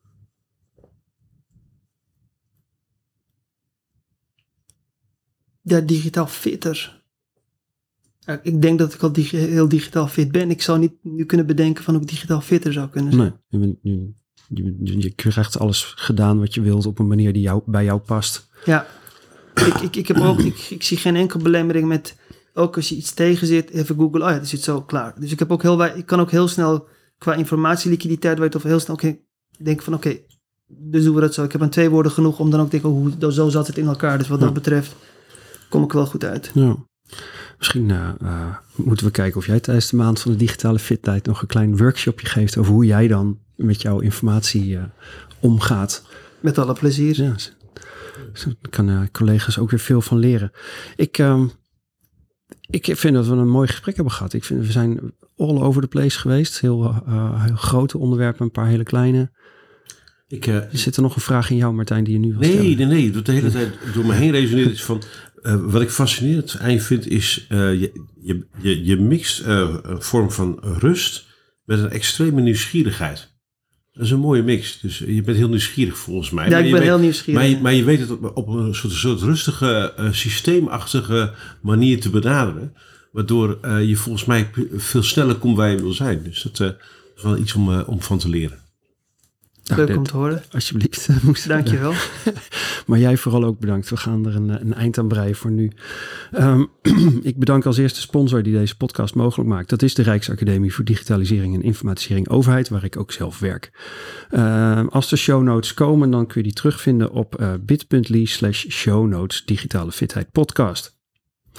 Ja, digitaal fitter. Ja, ik denk dat ik al dig- heel digitaal fit ben. Ik zou niet nu kunnen bedenken van hoe ik digitaal fitter zou kunnen zijn. Nee, je, bent, je, je, je krijgt alles gedaan wat je wilt op een manier die jou, bij jou past. Ja, ik, ik, ik, heb ook, ik, ik zie geen enkele belemmering met, ook als je iets tegen zit, even googlen, oh ja, dat zit zo klaar. Dus ik, heb ook heel, ik kan ook heel snel, qua informatieliquiditeit, weet of heel snel okay, denken van oké, okay, dus doen we dat zo. Ik heb aan twee woorden genoeg om dan ook te denken, oh, hoe, zo zat het in elkaar. Dus wat ja. dat betreft kom ik wel goed uit. Ja. Misschien uh, uh, moeten we kijken of jij tijdens de maand van de digitale fitheid nog een klein workshopje geeft over hoe jij dan met jouw informatie uh, omgaat. Met alle plezier. Ja, daar kan uh, collega's ook weer veel van leren. Ik, uh, ik vind dat we een mooi gesprek hebben gehad. Ik vind we zijn all over the place geweest. Heel, uh, heel grote onderwerpen, een paar hele kleine. Ik, uh, Zit er nog een vraag in jou, Martijn, die je nu wil nee, stellen? Nee, nee, nee. De hele tijd door me heen resoneert is van... Uh, wat ik fascinerend eind vind is, uh, je, je, je, je mixt uh, een vorm van rust met een extreme nieuwsgierigheid. Dat is een mooie mix. Dus je bent heel nieuwsgierig volgens mij. Ja, maar ik ben weet, heel nieuwsgierig. Maar je, maar je weet het op, op een soort, soort rustige, uh, systeemachtige manier te benaderen. Waardoor uh, je volgens mij veel sneller komt waar je wil zijn. Dus dat uh, is wel iets om, uh, om van te leren. Leuk nou, om te horen. Alsjeblieft. Dank je wel. Maar jij vooral ook bedankt. We gaan er een, een eind aan breien voor nu. Um, ik bedank als eerste sponsor die deze podcast mogelijk maakt. Dat is de Rijksacademie voor Digitalisering en Informatisering Overheid, waar ik ook zelf werk. Uh, als de show notes komen, dan kun je die terugvinden op uh, bit.ly slash show notes digitale fitheid podcast.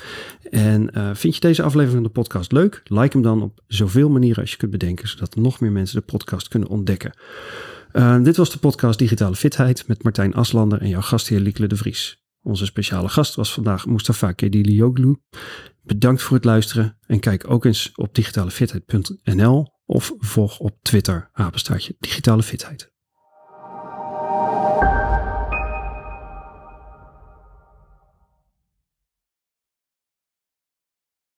En uh, vind je deze aflevering van de podcast leuk? Like hem dan op zoveel manieren als je kunt bedenken, zodat nog meer mensen de podcast kunnen ontdekken. Uh, dit was de podcast Digitale Fitheid met Martijn Aslander en jouw gastheer Liekele de Vries. Onze speciale gast was vandaag Mustafa Kedilioglu. Bedankt voor het luisteren en kijk ook eens op digitalefitheid punt n l of volg op Twitter apenstaartje Digitale Fitheid.